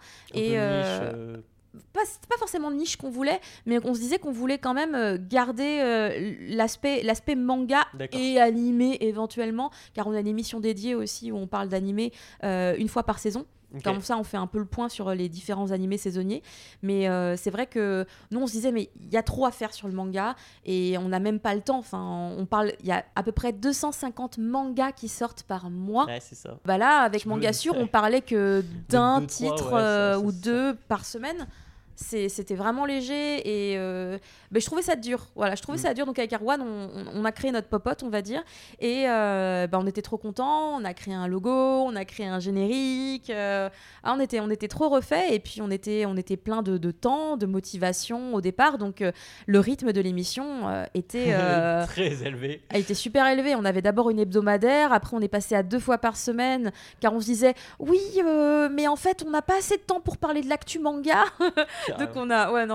Pas forcément de niche qu'on voulait, mais on se disait qu'on voulait quand même garder l'aspect manga et animé éventuellement, car on a une émission dédiée aussi où on parle d'animé une fois par saison. Comme ça, on fait un peu le point sur les différents animés saisonniers. Mais c'est vrai que nous, on se disait, mais il y a trop à faire sur le manga et on n'a même pas le temps. Enfin, il y a à peu près 250 mangas qui sortent par mois. Ouais, c'est ça. Là, avec Mangasure, on parlait que d'un titre ou deux par semaine. C'était vraiment léger et je trouvais ça dur. Voilà, je trouvais ça dur. Donc avec Erwan, on a créé notre popote, on va dire, et on était trop contents. On a créé un logo, on a créé un générique. On était trop refaits et puis on était plein de temps, de motivation au départ. Donc le rythme de l'émission était très élevé. A été super élevé. On avait d'abord une hebdomadaire, après on est passé à 2 fois par semaine, car on se disait oui, mais en fait on n'a pas assez de temps pour parler de l'actu manga. Donc on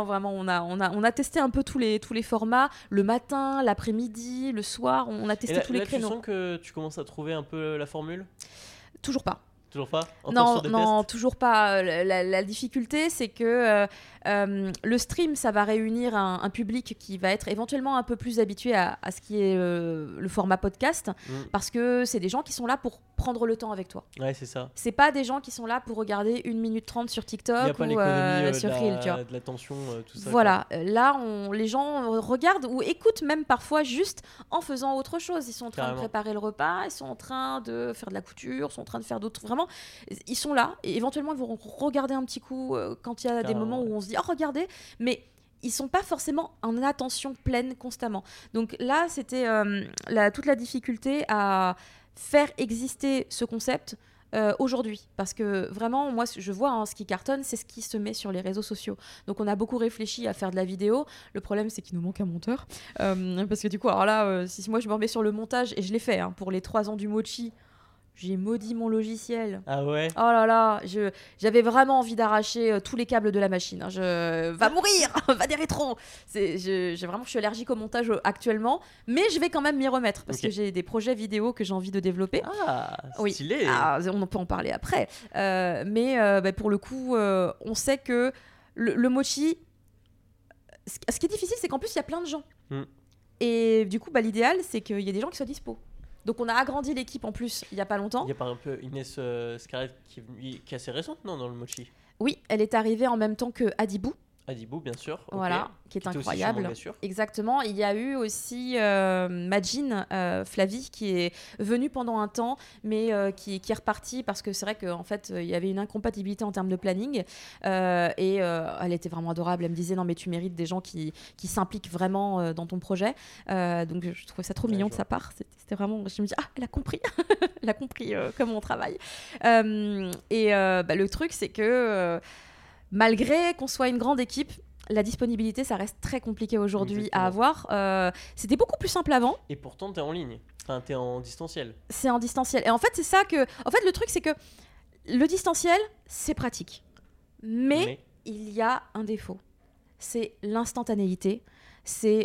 a testé un peu tous les formats, le matin, l'après-midi, le soir, on a testé tous les créneaux. Tu sens que tu commences à trouver un peu la formule ? Toujours pas. Toujours pas ? Non, toujours pas. La difficulté, c'est que le stream, ça va réunir un public qui va être éventuellement un peu plus habitué à ce qui est le format podcast, parce que c'est des gens qui sont là pour prendre le temps avec toi. Ouais, c'est ça. C'est pas des gens qui sont là pour regarder 1 minute 30 sur TikTok ou sur Reel, tu vois. De l'attention, tout ça. Voilà, là, les gens regardent ou écoutent même parfois juste en faisant autre chose. Ils sont en train de préparer le repas, ils sont en train de faire de la couture, ils sont en train de faire d'autres... Vraiment, ils sont là et éventuellement, ils vont regarder un petit coup quand il y a des moments où on se dit « Oh, regardez !» Mais ils sont pas forcément en attention pleine constamment. Donc là, c'était toute la difficulté à faire exister ce concept aujourd'hui, parce que vraiment moi je vois ce qui cartonne, c'est ce qui se met sur les réseaux sociaux. Donc on a beaucoup réfléchi à faire de la vidéo. Le problème, c'est qu'il nous manque un monteur, parce que du coup alors là si moi je me remets sur le montage, et je l'ai fait pour les 3 ans du Mochi, j'ai maudit mon logiciel. Ah ouais. Oh là là, j'avais vraiment envie d'arracher tous les câbles de la machine. Va mourir, va des rétros. Je suis allergique au montage actuellement, mais je vais quand même m'y remettre parce que j'ai des projets vidéo que j'ai envie de développer. Ah, stylé. Oui. On peut en parler après. Mais pour le coup, on sait que le Mochi, ce qui est difficile, c'est qu'en plus il y a plein de gens. Et du coup, l'idéal, c'est qu'il y ait des gens qui soient dispo. Donc on a agrandi l'équipe en plus il n'y a pas longtemps. Il y a pas un peu Inès Scarlett qui est assez récente, non, dans le Mochi ? Oui, elle est arrivée en même temps que Adibou. Adibou, bien sûr. Voilà, qui est était aussi incroyable. sur Manga Sûr. Exactement. Il y a eu aussi Majin Flavie qui est venue pendant un temps, mais qui est repartie parce que c'est vrai qu'en fait, il y avait une incompatibilité en termes de planning. Et elle était vraiment adorable. Elle me disait non, mais tu mérites des gens qui s'impliquent vraiment dans ton projet. Donc je trouvais ça trop mignon de sa part. C'était vraiment. Je me dis, elle a compris. Elle a compris comment on travaille. Le truc, c'est que. Malgré qu'on soit une grande équipe, la disponibilité, ça reste très compliqué aujourd'hui à avoir. C'était beaucoup plus simple avant. Et pourtant, t'es en ligne. Enfin, t'es en distanciel. C'est en distanciel. Et en fait, c'est ça que... En fait, le truc, c'est que le distanciel, c'est pratique. Mais il y a un défaut. C'est l'instantanéité. C'est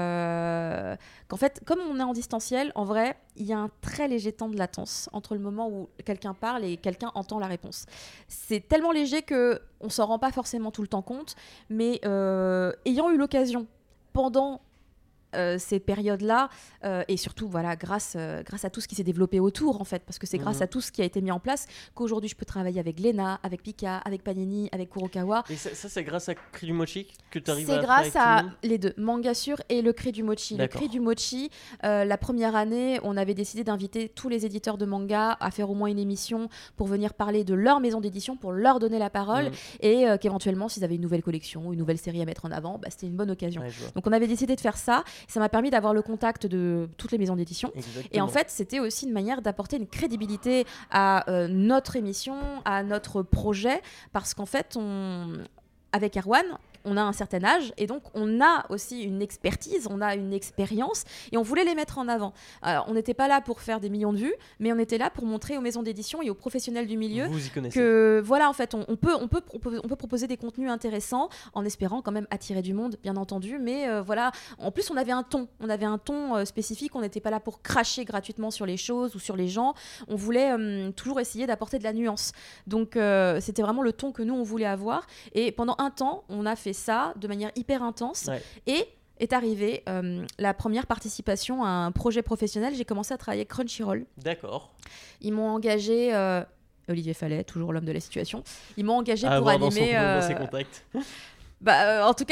qu'en fait, comme on est en distanciel, en vrai, il y a un très léger temps de latence entre le moment où quelqu'un parle et quelqu'un entend la réponse. C'est tellement léger qu'on ne s'en rend pas forcément tout le temps compte, mais ayant eu l'occasion pendant ces périodes-là, et surtout voilà, grâce à tout ce qui s'est développé autour, en fait, parce que c'est grâce à tout ce qui a été mis en place qu'aujourd'hui je peux travailler avec Glénat, avec Pika, avec Panini, avec Kurokawa. Et ça c'est grâce à Cri du Mochi que tu arrives à C'est grâce à les deux, Manga Sûr et le Cri du Mochi. D'accord. Le Cri du Mochi, la première année, on avait décidé d'inviter tous les éditeurs de manga à faire au moins une émission pour venir parler de leur maison d'édition, pour leur donner la parole, et qu'éventuellement, s'ils avaient une nouvelle collection, une nouvelle série à mettre en avant, c'était une bonne occasion. Ouais, donc on avait décidé de faire ça. Ça m'a permis d'avoir le contact de toutes les maisons d'édition. Exactement. Et en fait, c'était aussi une manière d'apporter une crédibilité à notre émission, à notre projet, parce qu'en fait, avec Erwan, on a un certain âge et donc on a aussi une expertise, on a une expérience et on voulait les mettre en avant. Alors, on n'était pas là pour faire des millions de vues, mais on était là pour montrer aux maisons d'édition et aux professionnels du milieu que voilà, en fait, on peut proposer des contenus intéressants en espérant quand même attirer du monde, bien entendu, mais voilà. En plus, on avait un ton spécifique. On n'était pas là pour cracher gratuitement sur les choses ou sur les gens. On voulait toujours essayer d'apporter de la nuance. Donc, c'était vraiment le ton que nous on voulait avoir. Et pendant un temps, on a fait ça de manière hyper intense et est arrivée la première participation à un projet professionnel. J'ai commencé à travailler avec Crunchyroll. D'accord. Ils m'ont engagé Olivier Fallet, toujours l'homme de la situation. Ils m'ont engagé pour animer dans ses contacts. En tout cas,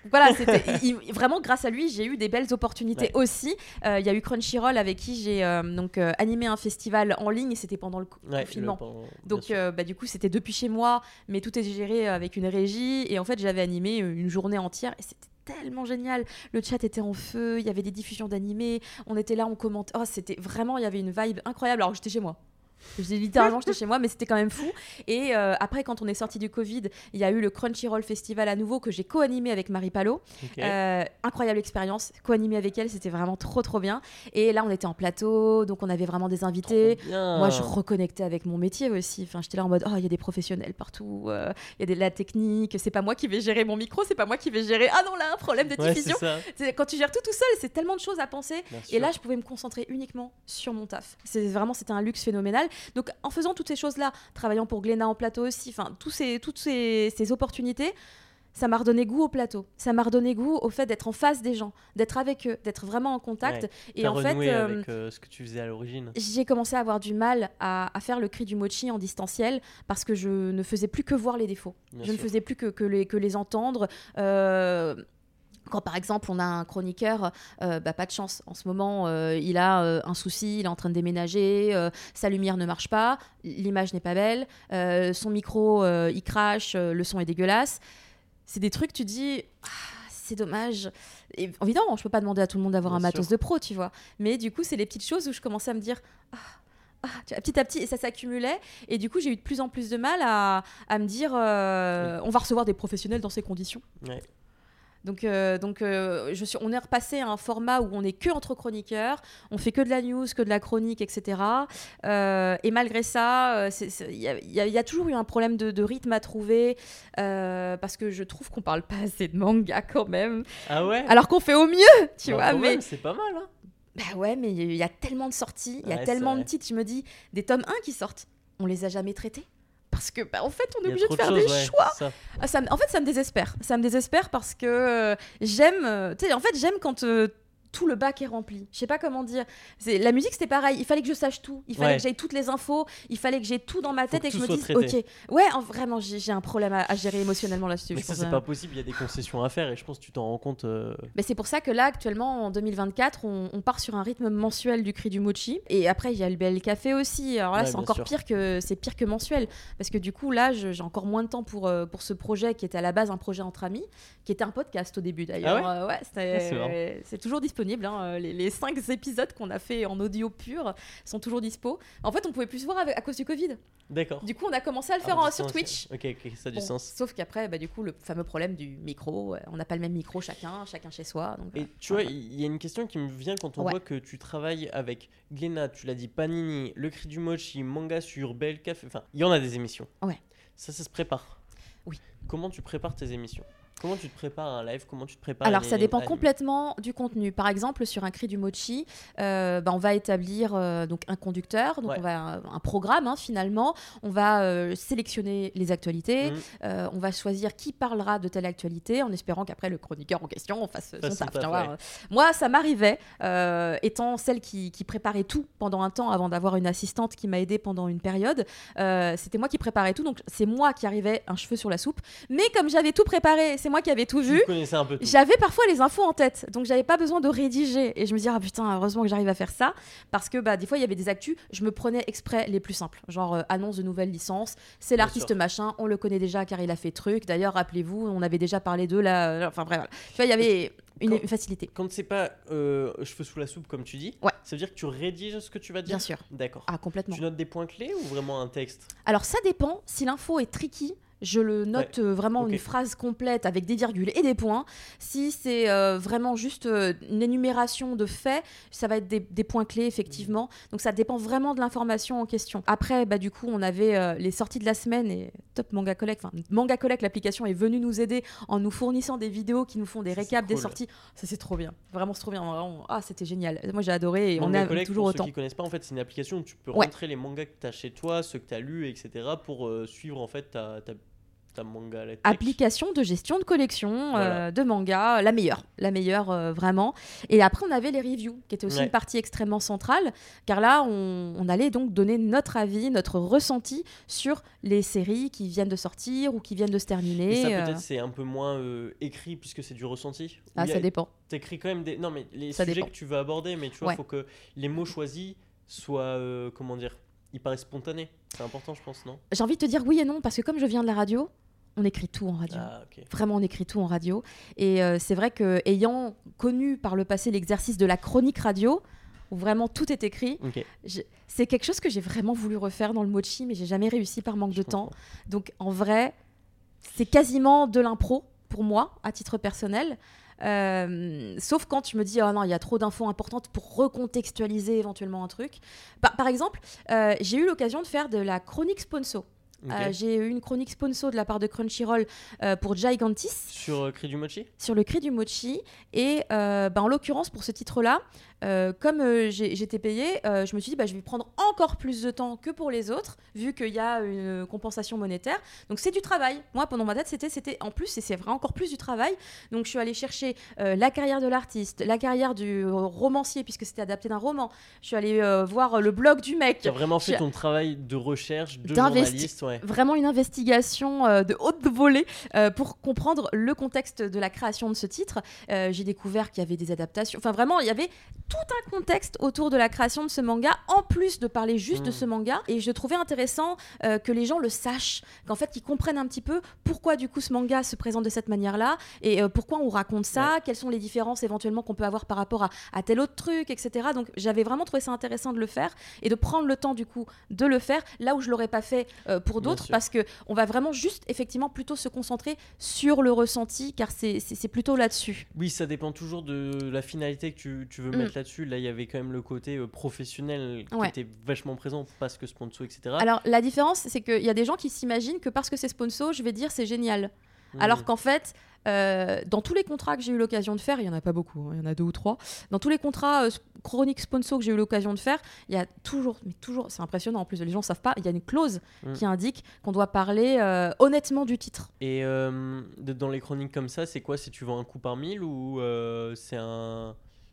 vraiment grâce à lui, j'ai eu des belles opportunités aussi. Il y a eu Crunchyroll avec qui j'ai animé un festival en ligne et c'était pendant le confinement. Donc du coup, c'était depuis chez moi, mais tout est géré avec une régie et en fait, j'avais animé une journée entière et c'était tellement génial. Le chat était en feu, il y avait des diffusions d'animés, on était là, on commentait. Oh, c'était vraiment, il y avait une vibe incroyable alors que j'étais chez moi. Littéralement, j'étais chez moi, mais c'était quand même fou. Et après, quand on est sorti du Covid, il y a eu le Crunchyroll Festival à nouveau que j'ai co-animé avec Marie Palot. Incroyable expérience. Co-animé avec elle, c'était vraiment trop, trop bien. Et là, on était en plateau, donc on avait vraiment des invités. Moi, je reconnectais avec mon métier aussi. Enfin, j'étais là en mode, il y a des professionnels partout. Il y a de la technique. C'est pas moi qui vais gérer mon micro, c'est pas moi qui vais gérer. Ah non, là, un problème de diffusion. Quand tu gères tout seul, c'est tellement de choses à penser. Et là, je pouvais me concentrer uniquement sur mon taf. C'était un luxe phénoménal. Donc en faisant toutes ces choses-là, travaillant pour Glénat en plateau aussi, toutes ces opportunités, ça m'a redonné goût au plateau. Ça m'a redonné goût au fait d'être en face des gens, d'être avec eux, d'être vraiment en contact. Et en fait, avec ce que tu faisais à l'origine. J'ai commencé à avoir du mal à faire le Cri du Mochi en distanciel parce que je ne faisais plus que voir les défauts. Je ne faisais plus que les entendre. Quand par exemple on a un chroniqueur, pas de chance. En ce moment, il a un souci, il est en train de déménager, sa lumière ne marche pas, l'image n'est pas belle, son micro il crache, le son est dégueulasse. C'est des trucs, tu dis, c'est dommage. Et évidemment, je peux pas demander à tout le monde d'avoir un matos de pro, tu vois. Mais du coup, c'est les petites choses où je commençais à me dire, petit à petit, et ça s'accumulait. Et du coup, j'ai eu de plus en plus de mal à me dire, on va recevoir des professionnels dans ces conditions. Ouais. Donc on est repassé à un format où on n'est que entre chroniqueurs, on fait que de la news, que de la chronique, etc. Et malgré ça, il y a toujours eu un problème de rythme à trouver parce que je trouve qu'on parle pas assez de manga quand même. Ah ouais. Alors qu'on fait au mieux, tu vois. Mais c'est pas mal, hein. Bah ouais, mais il y a tellement de sorties, il y a tellement de titres. Je me dis, des tomes 1 qui sortent, on les a jamais traités. Parce que, en fait, on est obligé de faire des choix. En fait, ça me désespère. Ça me désespère parce que j'aime... j'aime quand tout le bac est rempli. Je sais pas comment dire. La musique, c'était pareil. Il fallait que je sache tout. Il fallait que j'aille toutes les infos. Il fallait que j'ai tout dans ma tête et que je me dise, ok, ouais, vraiment, j'ai un problème à gérer émotionnellement là-dessus. Mais ça, c'est pas possible. Il y a des concessions à faire et je pense que tu t'en rends compte. Mais c'est pour ça que là, actuellement, en 2024, on part sur un rythme mensuel du Cri du Mochi. Et après, il y a le BL Café aussi. Alors là, c'est encore pire que mensuel. Parce que du coup, là, j'ai encore moins de temps pour ce projet qui était à la base un projet entre amis, qui était un podcast au début d'ailleurs. Ah ouais, c'est toujours disponible. Hein. Les 5 épisodes qu'on a fait en audio pur sont toujours dispo. En fait, on pouvait plus se voir à cause du Covid. D'accord. Du coup, on a commencé à le faire sur Twitch. Ok, ça a du sens. Sauf qu'après, du coup, le fameux problème du micro, on n'a pas le même micro chacun chez soi. Donc, et tu vois, il y a une question qui me vient quand on voit que tu travailles avec Glénat, tu l'as dit, Panini, Le Cri du Mochi, Manga sur Bel Café. Enfin, il y en a des émissions. Ouais. Ça se prépare. Oui. Comment tu prépares tes émissions ? Comment tu te prépares un live ? Comment tu te prépares Alors, ça dépend complètement du contenu. Par exemple, sur un Cri du Mochi, on va établir donc un conducteur, donc on va un programme finalement. On va sélectionner les actualités. On va choisir qui parlera de telle actualité, en espérant qu'après le chroniqueur en question fasse son taf. Moi, ça m'arrivait, étant celle qui préparait tout pendant un temps, avant d'avoir une assistante qui m'a aidée pendant une période. C'était moi qui préparais tout, donc c'est moi qui arrivais un cheveu sur la soupe. Mais comme j'avais tout préparé, c'est moi qui avais tout vu. Un peu tout. J'avais parfois les infos en tête, donc j'avais pas besoin de rédiger. Et je me disais, ah putain, heureusement que j'arrive à faire ça. Parce que des fois, il y avait des actus, je me prenais exprès les plus simples. Genre, annonce de nouvelles licences, c'est l'artiste machin, on le connaît déjà car il a fait truc. D'ailleurs, rappelez-vous, on avait déjà parlé d'eux là. Enfin bref, voilà. Tu vois, il y avait une facilité. Quand c'est pas cheveux sous la soupe, comme tu dis, ça veut dire que tu rédiges ce que tu vas dire ? Bien sûr. D'accord. Ah, complètement. Tu notes des points clés ou vraiment un texte ? Alors, ça dépend. Si l'info est tricky, je le note vraiment une phrase complète avec des virgules et des points. Si c'est vraiment juste une énumération de faits, ça va être des points clés, effectivement. Donc ça dépend vraiment de l'information en question. Après, du coup, on avait les sorties de la semaine et Top Manga Collect. Enfin, Manga Collect, l'application, est venue nous aider en nous fournissant des vidéos qui nous font des récaps des sorties. Ça, c'est trop bien. Vraiment, c'est trop bien. Vraiment. Ah, c'était génial. Moi, j'ai adoré et Manga on a Collect, toujours pour autant. Ceux qui connaissent pas, en fait, c'est une application où tu peux rentrer les mangas que tu as chez toi, ceux que tu as lus, etc. pour suivre en fait ta manga application de gestion de collection de manga, la meilleure vraiment. Et après on avait les reviews qui étaient aussi une partie extrêmement centrale, car là on allait donc donner notre avis, notre ressenti sur les séries qui viennent de sortir ou qui viennent de se terminer. Et ça peut-être c'est un peu moins écrit puisque c'est du ressenti. Ça dépend. T'écris quand même non mais les ça sujets dépend. Que tu veux aborder, mais tu vois, faut que les mots choisis soient comment dire, ils paraissent spontanés. C'est important, je pense, non ? J'ai envie de te dire oui et non, parce que comme je viens de la radio, on écrit tout en radio. Vraiment, on écrit tout en radio. Et c'est vrai qu'ayant connu par le passé l'exercice de la chronique radio, où vraiment tout est écrit, c'est quelque chose que j'ai vraiment voulu refaire dans le mochi, mais j'ai jamais réussi par manque de temps. Donc en vrai, c'est quasiment de l'impro pour moi, à titre personnel. Sauf quand tu me dis, oh non, il y a trop d'infos importantes pour recontextualiser éventuellement un truc. Par exemple, j'ai eu l'occasion de faire de la chronique sponsor. J'ai eu une chronique sponsor de la part de Crunchyroll pour Gigantis. Sur Cri du Mochi ? Sur le Cri du Mochi. Et en l'occurrence, pour ce titre-là, comme j'étais payée, je me suis dit, je vais prendre encore plus de temps que pour les autres, vu qu'il y a une compensation monétaire. Donc c'est du travail. Moi, pendant ma date, c'était en plus, et c'est vrai, encore plus du travail. Donc je suis allée chercher la carrière de l'artiste, la carrière du romancier, puisque c'était adapté d'un roman. Je suis allée voir le blog du mec. Tu as vraiment fait ton travail de recherche, de journaliste. Vraiment une investigation de haute volée pour comprendre le contexte de la création de ce titre. J'ai découvert qu'il y avait des adaptations. Enfin, vraiment, il y avait tout un contexte autour de la création de ce manga, en plus de parler juste de ce manga. Et je trouvais intéressant que les gens le sachent, qu'en fait, qu'ils comprennent un petit peu pourquoi, du coup, ce manga se présente de cette manière-là et pourquoi on raconte ça, quelles sont les différences éventuellement qu'on peut avoir par rapport à tel autre truc, etc. Donc, j'avais vraiment trouvé ça intéressant de le faire et de prendre le temps, du coup, de le faire là où je l'aurais pas fait pour d'autres, parce qu'on va vraiment juste, effectivement, plutôt se concentrer sur le ressenti, car c'est plutôt là-dessus. Oui, ça dépend toujours de la finalité que tu veux mettre là-dessus. Là, il y avait quand même le côté professionnel qui était vachement présent, parce que sponsor, etc. Alors, la différence, c'est qu'il y a des gens qui s'imaginent que parce que c'est sponsor, je vais dire c'est génial. Alors qu'en fait, dans tous les contrats que j'ai eu l'occasion de faire, il n'y en a pas beaucoup, il y en a 2 ou 3, dans tous les contrats chroniques sponsor que j'ai eu l'occasion de faire, il y a toujours, c'est impressionnant, en plus les gens ne savent pas, il y a une clause qui indique qu'on doit parler honnêtement du titre. Et dans les chroniques comme ça, c'est quoi ? C'est tu vends un coup par 1000 ou c'est un...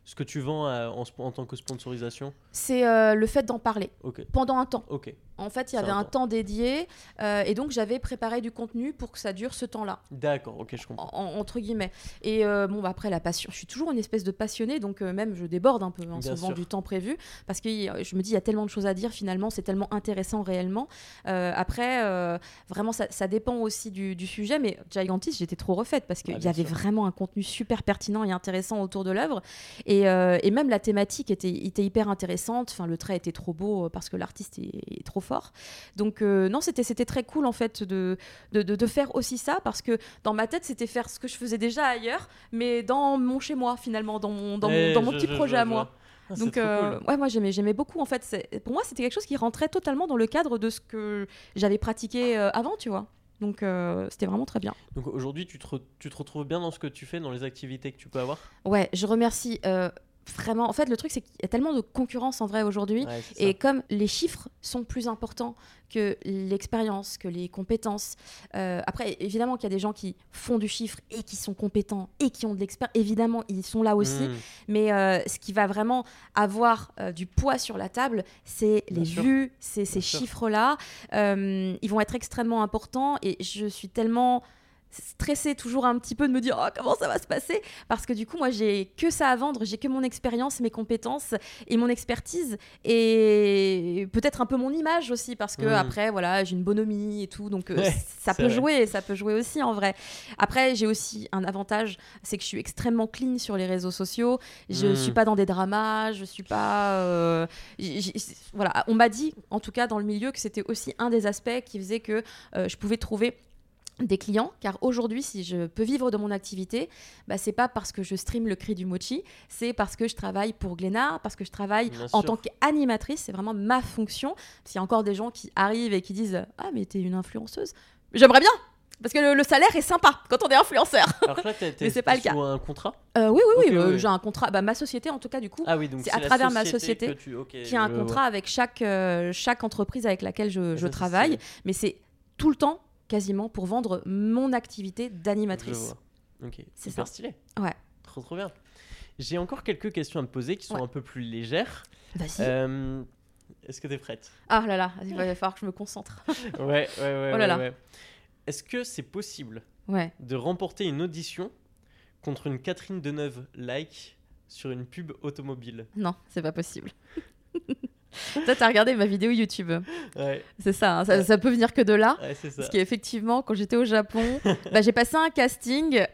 Ce que tu vends en tant que sponsorisation. C'est le fait d'en parler pendant un temps. En fait, il y avait un temps dédié et donc j'avais préparé du contenu pour que ça dure ce temps-là. D'accord, ok, je comprends. Entre guillemets. Et après, la passion, je suis toujours une espèce de passionnée, donc même je déborde un peu en souvent du temps prévu parce que je me dis, il y a tellement de choses à dire finalement, c'est tellement intéressant réellement. Après, vraiment, ça dépend aussi du sujet, mais Gigantis, j'étais trop refaite parce qu'il y avait vraiment un contenu super pertinent et intéressant autour de l'œuvre. Et même la thématique était hyper intéressante. Enfin, le trait était trop beau parce que l'artiste est trop fort. Donc non, c'était très cool en fait de faire aussi ça parce que dans ma tête c'était faire ce que je faisais déjà ailleurs, mais dans mon chez moi finalement, dans mon petit projet à moi. Donc cool. Ouais, moi j'aimais beaucoup en fait. Pour moi c'était quelque chose qui rentrait totalement dans le cadre de ce que j'avais pratiqué avant, tu vois. Donc c'était vraiment très bien. Donc aujourd'hui tu te retrouves bien dans ce que tu fais, dans les activités que tu peux avoir ? Ouais, je remercie vraiment. En fait, le truc, c'est qu'il y a tellement de concurrence en vrai aujourd'hui. Et comme les chiffres sont plus importants que l'expérience, que les compétences. Après, évidemment qu'il y a des gens qui font du chiffre et qui sont compétents et qui ont de l'expérience. Évidemment, ils sont là aussi. Mais ce qui va vraiment avoir du poids sur la table, c'est les vues, c'est ces chiffres-là. Ils vont être extrêmement importants et je suis tellement stressée toujours un petit peu de me dire comment ça va se passer, parce que du coup moi j'ai que ça à vendre, j'ai que mon expérience, mes compétences et mon expertise et peut-être un peu mon image aussi parce que après voilà j'ai une bonhomie et tout, donc ça peut jouer aussi en vrai. Après j'ai aussi un avantage, c'est que je suis extrêmement clean sur les réseaux sociaux, je suis pas dans des dramas, je suis pas voilà, on m'a dit en tout cas dans le milieu que c'était aussi un des aspects qui faisait que je pouvais trouver des clients, car aujourd'hui si je peux vivre de mon activité, c'est pas parce que je stream le cri du mochi, c'est parce que je travaille pour Glénat, parce que je travaille en tant qu'animatrice, c'est vraiment ma fonction. S'il y a encore des gens qui arrivent et qui disent mais t'es une influenceuse, j'aimerais bien parce que le salaire est sympa quand on est influenceur. Alors là, mais c'est pas le cas. Un contrat ? Oui, j'ai un contrat. Ma société, en tout cas, du coup, donc c'est à travers ma société qui a un contrat avec chaque entreprise avec laquelle je travaille, mais c'est tout le temps quasiment pour vendre mon activité d'animatrice. Je vois. Ok, c'est super ça. Stylé. Ouais. Trop bien. J'ai encore quelques questions à te poser qui sont un peu plus légères. Vas-y. Est-ce que t'es prête ? Ah là là, il va falloir que je me concentre. Ouais. Oh là là. Ouais. Est-ce que c'est possible de remporter une audition contre une Catherine Deneuve-like sur une pub automobile ? Non, c'est pas possible. Toi, t'as regardé ma vidéo YouTube. Ouais. C'est ça, hein, ça peut venir que de là. Ouais, c'est ça. Parce qu'effectivement, quand j'étais au Japon, j'ai passé un casting.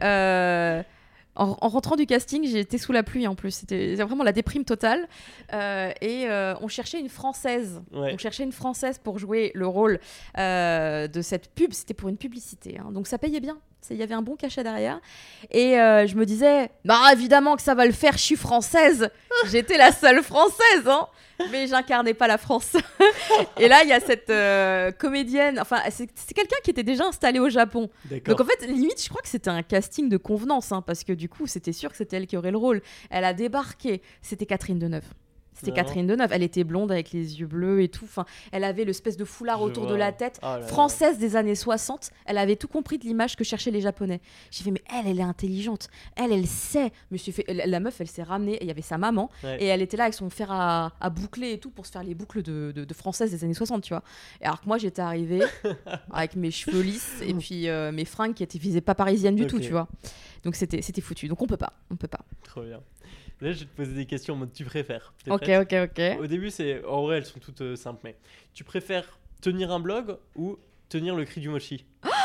En rentrant du casting, j'étais sous la pluie en plus. C'était vraiment la déprime totale. Et on cherchait une Française. Ouais. On cherchait une Française pour jouer le rôle de cette pub. C'était pour une publicité. Hein. Donc ça payait bien. Il y avait un bon cachet derrière. Et je me disais, évidemment que ça va le faire, je suis française. J'étais la seule française, hein. Mais j'incarnais pas la France. Et là, il y a cette comédienne, enfin, c'est quelqu'un qui était déjà installé au Japon. D'accord. Donc en fait, limite, je crois que c'était un casting de convenance, hein, parce que du coup, c'était sûr que c'était elle qui aurait le rôle. Elle a débarqué, c'était Catherine Deneuve. C'était Catherine Deneuve. Elle était blonde avec les yeux bleus et tout. Enfin, elle avait l'espèce de foulard autour de la tête. Française des années 60. Elle avait tout compris de l'image que cherchaient les Japonais. J'ai fait, mais elle est intelligente. Elle sait. La meuf, elle s'est ramenée. Il y avait sa maman. Et elle était là avec son fer à boucler et tout pour se faire les boucles de Française des années 60, tu vois. Et alors que moi, j'étais arrivée avec mes cheveux lisses et puis mes fringues qui faisaient pas parisiennes du tout, tu vois. Donc c'était foutu. Donc on peut pas. Trop bien. Là, je vais te poser des questions en mode tu préfères. Ok. Au début, en vrai, elles sont toutes simples, mais tu préfères tenir un blog ou tenir le cri du mochi ?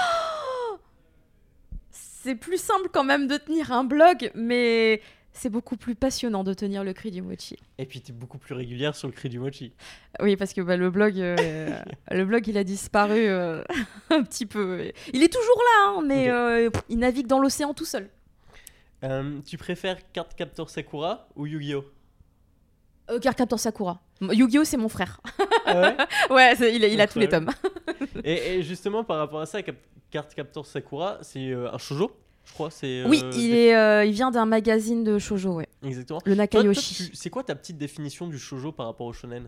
C'est plus simple quand même de tenir un blog, mais c'est beaucoup plus passionnant de tenir le cri du mochi. Et puis, tu es beaucoup plus régulière sur le cri du mochi. Oui, parce que le blog, il a disparu un petit peu. Il est toujours là, hein, mais il navigue dans l'océan tout seul. Tu préfères Cardcaptor Sakura ou Yu-Gi-Oh ? Cardcaptor Sakura. Yu-Gi-Oh, c'est mon frère. Ah ouais. Ouais, il a tous les tomes. et justement, par rapport à ça, Cardcaptor Sakura, c'est un shoujo, je crois. Oui, il vient d'un magazine de shoujo, ouais. Exactement. Le Nakayoshi. C'est quoi ta petite définition du shoujo par rapport au shonen ?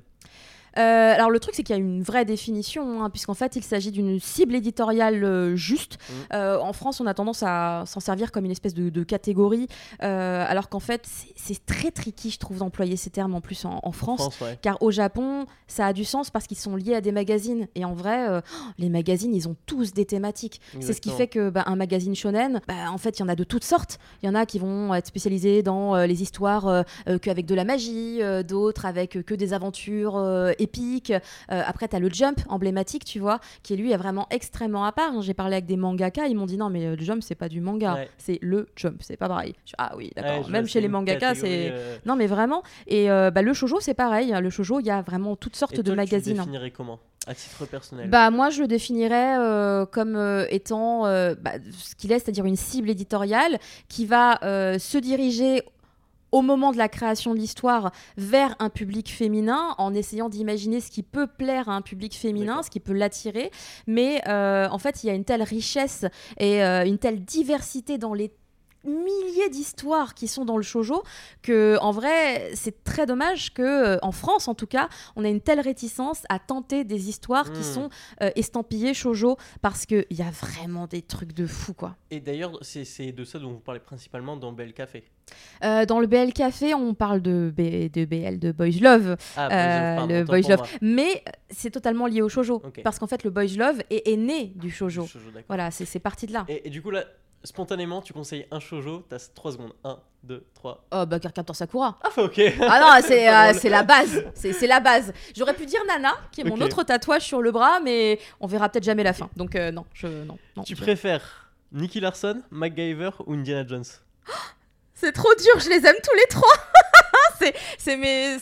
Alors le truc c'est qu'il y a une vraie définition, hein, puisqu'en fait il s'agit d'une cible éditoriale juste. En France on a tendance à s'en servir comme une espèce de catégorie, alors qu'en fait c'est très tricky je trouve d'employer ces termes en plus en France, ouais. car au Japon ça a du sens parce qu'ils sont liés à des magazines, et en vrai les magazines ils ont tous des thématiques. Exactement. C'est ce qui fait que un magazine shonen, en fait il y en a de toutes sortes. Il y en a qui vont être spécialisés dans les histoires qu'avec de la magie, d'autres avec que des aventures épiques. Après t'as le Jump emblématique, tu vois, qui lui est vraiment extrêmement à part. J'ai parlé avec des mangaka, ils m'ont dit non mais le Jump c'est pas du manga, c'est le Jump, c'est pas pareil. Ah oui d'accord, même chez les mangaka c'est... Non mais vraiment. Et le shoujo c'est pareil, le shoujo il y a vraiment toutes sortes de magazines. Tu le définirais comment à titre personnel? Moi je le définirais comme étant ce qu'il est, c'est-à-dire une cible éditoriale qui va se diriger au moment de la création de l'histoire vers un public féminin, en essayant d'imaginer ce qui peut plaire à un public féminin, D'accord. ce qui peut l'attirer. Mais en fait, il y a une telle richesse et une telle diversité dans les milliers d'histoires qui sont dans le shoujo que en vrai c'est très dommage que en France en tout cas on a une telle réticence à tenter des histoires qui sont estampillées shoujo, parce que il y a vraiment des trucs de fou quoi. Et d'ailleurs c'est de ça dont vous parlez principalement dans BL Café. Dans le BL Café on parle de BL, de Boys Love, le Boys Love, mais c'est totalement lié au shoujo, parce qu'en fait le Boys Love est né du shoujo. Voilà, c'est parti de là. Et du coup là spontanément, tu conseilles un shoujo, t'as 3 secondes. 1, 2, 3. Cardcaptor Sakura. Ah, ok. Ah non, c'est la base. C'est la base. J'aurais pu dire Nana, qui est mon autre tatouage sur le bras, mais on verra peut-être jamais la fin. Donc non. Tu préfères Nicky Larson, MacGyver ou Indiana Jones? C'est trop dur, je les aime tous les trois. c'est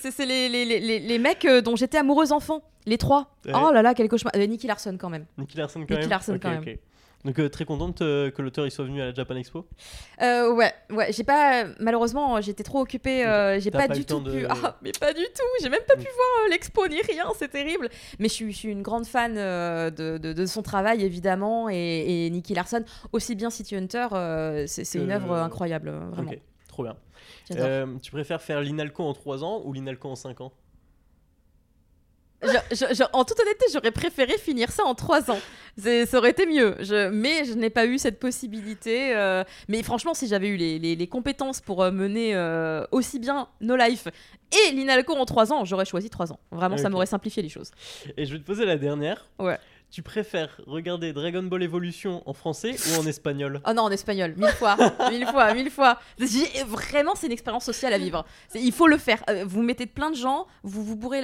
les mecs dont j'étais amoureuse enfant. Les trois. Ouais. Oh là là, quel cauchemar. Nicky Larson quand même. Nicky Larson quand même. Donc très contente que l'auteur il soit venu à la Japan Expo. Ouais, j'ai pas, malheureusement j'étais trop occupée, j'ai pas du tout pu. Mais pas du tout, j'ai même pas pu voir l'expo ni rien, c'est terrible. Mais je suis une grande fan de son travail évidemment, et Nicky Larson, aussi bien City Hunter, c'est une œuvre incroyable, vraiment. Ok, trop bien. J'adore. Tu préfères faire l'INALCO en 3 ans ou l'INALCO en 5 ans? En toute honnêteté, j'aurais préféré finir ça en 3 ans. Ça aurait été mieux. Mais je n'ai pas eu cette possibilité. Mais franchement, si j'avais eu les compétences pour mener aussi bien No Life et l'INALCO en 3 ans, j'aurais choisi 3 ans. Vraiment, ça m'aurait simplifié les choses. Et je vais te poser la dernière. Ouais. Tu préfères regarder Dragon Ball Evolution en français ou en espagnol? Oh non, en espagnol, 1000 fois. Vraiment, c'est une expérience sociale à vivre. Il faut le faire. Vous mettez plein de gens, vous bourrez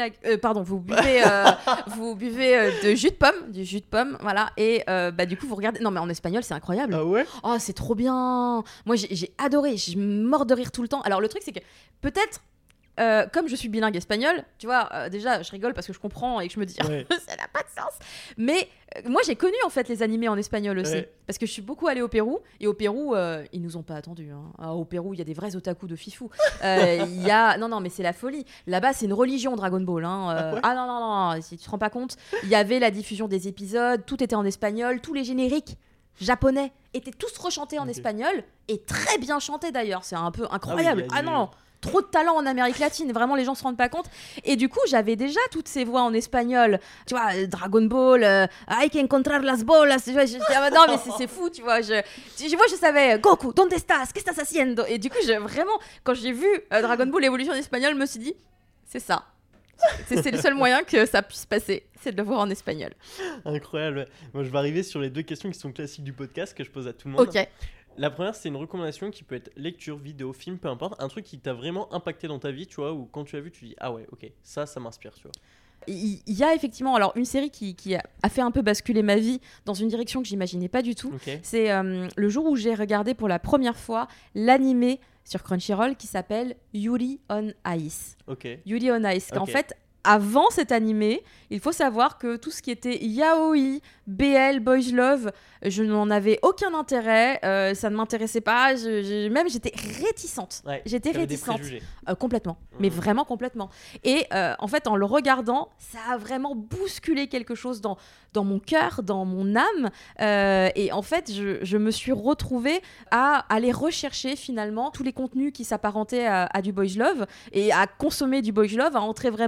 vous buvez du jus de pomme, voilà. Et du coup, vous regardez. Non, mais en espagnol, c'est incroyable. Ah ouais? Oh, c'est trop bien. Moi, j'ai adoré. Je me mords de rire tout le temps. Alors, le truc, c'est que peut-être. Comme je suis bilingue espagnol, tu vois, déjà je rigole parce que je comprends et que je me dis ça n'a pas de sens. Mais moi j'ai connu en fait les animés en espagnol aussi, parce que je suis beaucoup allée au Pérou, et au Pérou ils nous ont pas attendus. Au Pérou il y a des vrais otaku de fifou. Non mais c'est la folie. Là-bas c'est une religion Dragon Ball. Non, si tu te rends pas compte, il y avait la diffusion des épisodes, tout était en espagnol, tous les génériques japonais étaient tous rechantés en espagnol, et très bien chantés d'ailleurs. C'est un peu incroyable. Trop de talent en Amérique latine, vraiment les gens se rendent pas compte. Et du coup j'avais déjà toutes ces voix en espagnol, tu vois, Dragon Ball, hay que encontrar las bolas, non mais c'est fou, tu vois, je savais Goku, ¿dónde estás? ¿Qué estás haciendo? Et du coup vraiment quand j'ai vu Dragon Ball Evolution en espagnol, je me suis dit c'est ça, c'est le seul moyen que ça puisse passer, c'est de le voir en espagnol. Incroyable. Moi je vais arriver sur les 2 questions qui sont classiques du podcast que je pose à tout le monde. Ok. La première, c'est une recommandation qui peut être lecture, vidéo, film, peu importe, un truc qui t'a vraiment impacté dans ta vie, tu vois, ou quand tu as vu, tu dis ah ouais, ok, ça m'inspire, tu vois. Il y a effectivement alors une série qui a fait un peu basculer ma vie dans une direction que j'imaginais pas du tout. C'est le jour où j'ai regardé pour la première fois l'animé sur Crunchyroll qui s'appelle Yuri on Ice. Yuri on Ice, qu'en fait avant cet animé, il faut savoir que tout ce qui était yaoi, BL, Boys Love, je n'en avais aucun intérêt, ça ne m'intéressait pas, même j'étais réticente. J'étais réticente. Complètement, mais vraiment complètement. Et en fait, en le regardant, ça a vraiment bousculé quelque chose dans mon cœur, dans mon âme. Et en fait, je me suis retrouvée à aller rechercher finalement tous les contenus qui s'apparentaient à du Boys Love, et à consommer du Boys Love, à entrer vraiment dans cet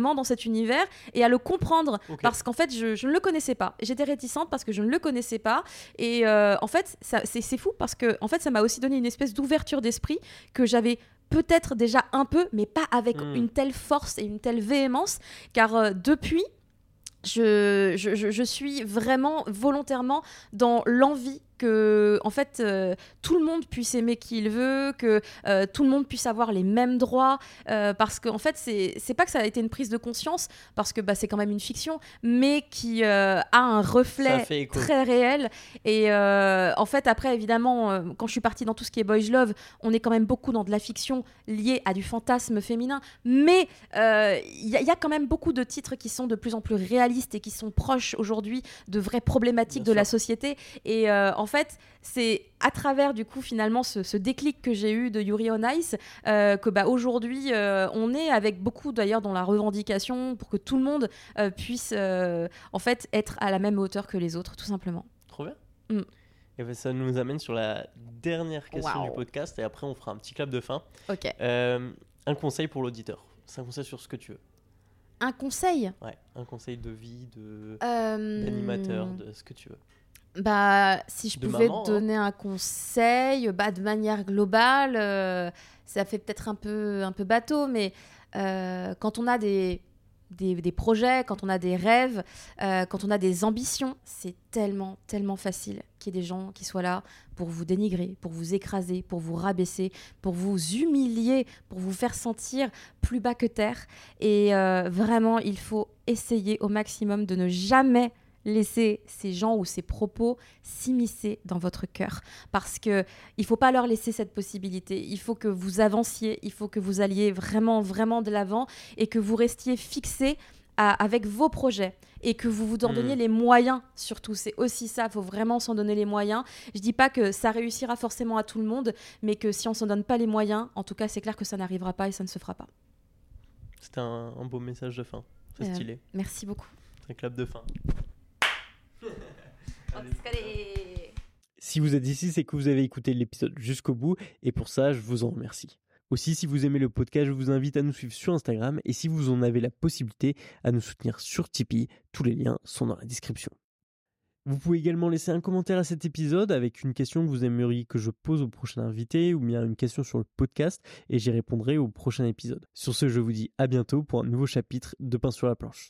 cet univers et à le comprendre Ok. parce qu'en fait je ne le connaissais pas. J'étais réticente parce que je ne le connaissais pas et en fait c'est fou parce que en fait ça m'a aussi donné une espèce d'ouverture d'esprit que j'avais peut-être déjà un peu mais pas avec une telle force et une telle véhémence car depuis je suis vraiment volontairement dans l'envie que en fait tout le monde puisse aimer qui il veut, que tout le monde puisse avoir les mêmes droits parce que en fait c'est pas que ça a été une prise de conscience parce que bah, c'est quand même une fiction mais qui a un reflet très réel et en fait après évidemment quand je suis partie dans tout ce qui est boys love on est quand même beaucoup dans de la fiction liée à du fantasme féminin mais il y a quand même beaucoup de titres qui sont de plus en plus réalistes et qui sont proches aujourd'hui de vraies problématiques de la société et en fait c'est à travers du coup finalement ce déclic que j'ai eu de Yuri on Ice que bah, aujourd'hui on est avec beaucoup d'ailleurs dans la revendication pour que tout le monde puisse en fait être à la même hauteur que les autres tout simplement. Trop bien. Et ben, ça nous amène sur la dernière question du podcast et après on fera un petit clap de fin. Ok. Un conseil pour l'auditeur. C'est un conseil sur ce que tu veux. Un conseil? Ouais, un conseil de vie, d'animateur, de ce que tu veux. Bah, si je pouvais te donner un conseil, bah, de manière globale, ça fait peut-être un peu bateau, mais quand on a des projets, quand on a des rêves, quand on a des ambitions, c'est tellement, tellement facile qu'il y ait des gens qui soient là pour vous dénigrer, pour vous écraser, pour vous rabaisser, pour vous humilier, pour vous faire sentir plus bas que terre. Et vraiment, il faut essayer au maximum de ne jamais laisser ces gens ou ces propos s'immiscer dans votre cœur parce que il faut pas leur laisser cette possibilité. Il faut que vous avanciez, il faut que vous alliez vraiment vraiment de l'avant et que vous restiez fixé avec vos projets et que vous vous en donniez les moyens surtout. C'est aussi ça, il faut vraiment s'en donner les moyens. Je dis pas que ça réussira forcément à tout le monde, mais que si on s'en donne pas les moyens, en tout cas c'est clair que ça n'arrivera pas et ça ne se fera pas. C'était un beau message de fin, c'est stylé. Merci beaucoup. Un clap de fin. Allez. Si vous êtes ici, c'est que vous avez écouté l'épisode jusqu'au bout et pour ça, je vous en remercie. Aussi, si vous aimez le podcast, je vous invite à nous suivre sur Instagram et si vous en avez la possibilité, à nous soutenir sur Tipeee. Tous les liens sont dans la description. Vous pouvez également laisser un commentaire à cet épisode avec une question que vous aimeriez que je pose au prochain invité ou bien une question sur le podcast et j'y répondrai au prochain épisode. Sur ce, je vous dis à bientôt pour un nouveau chapitre de Pain sur la planche.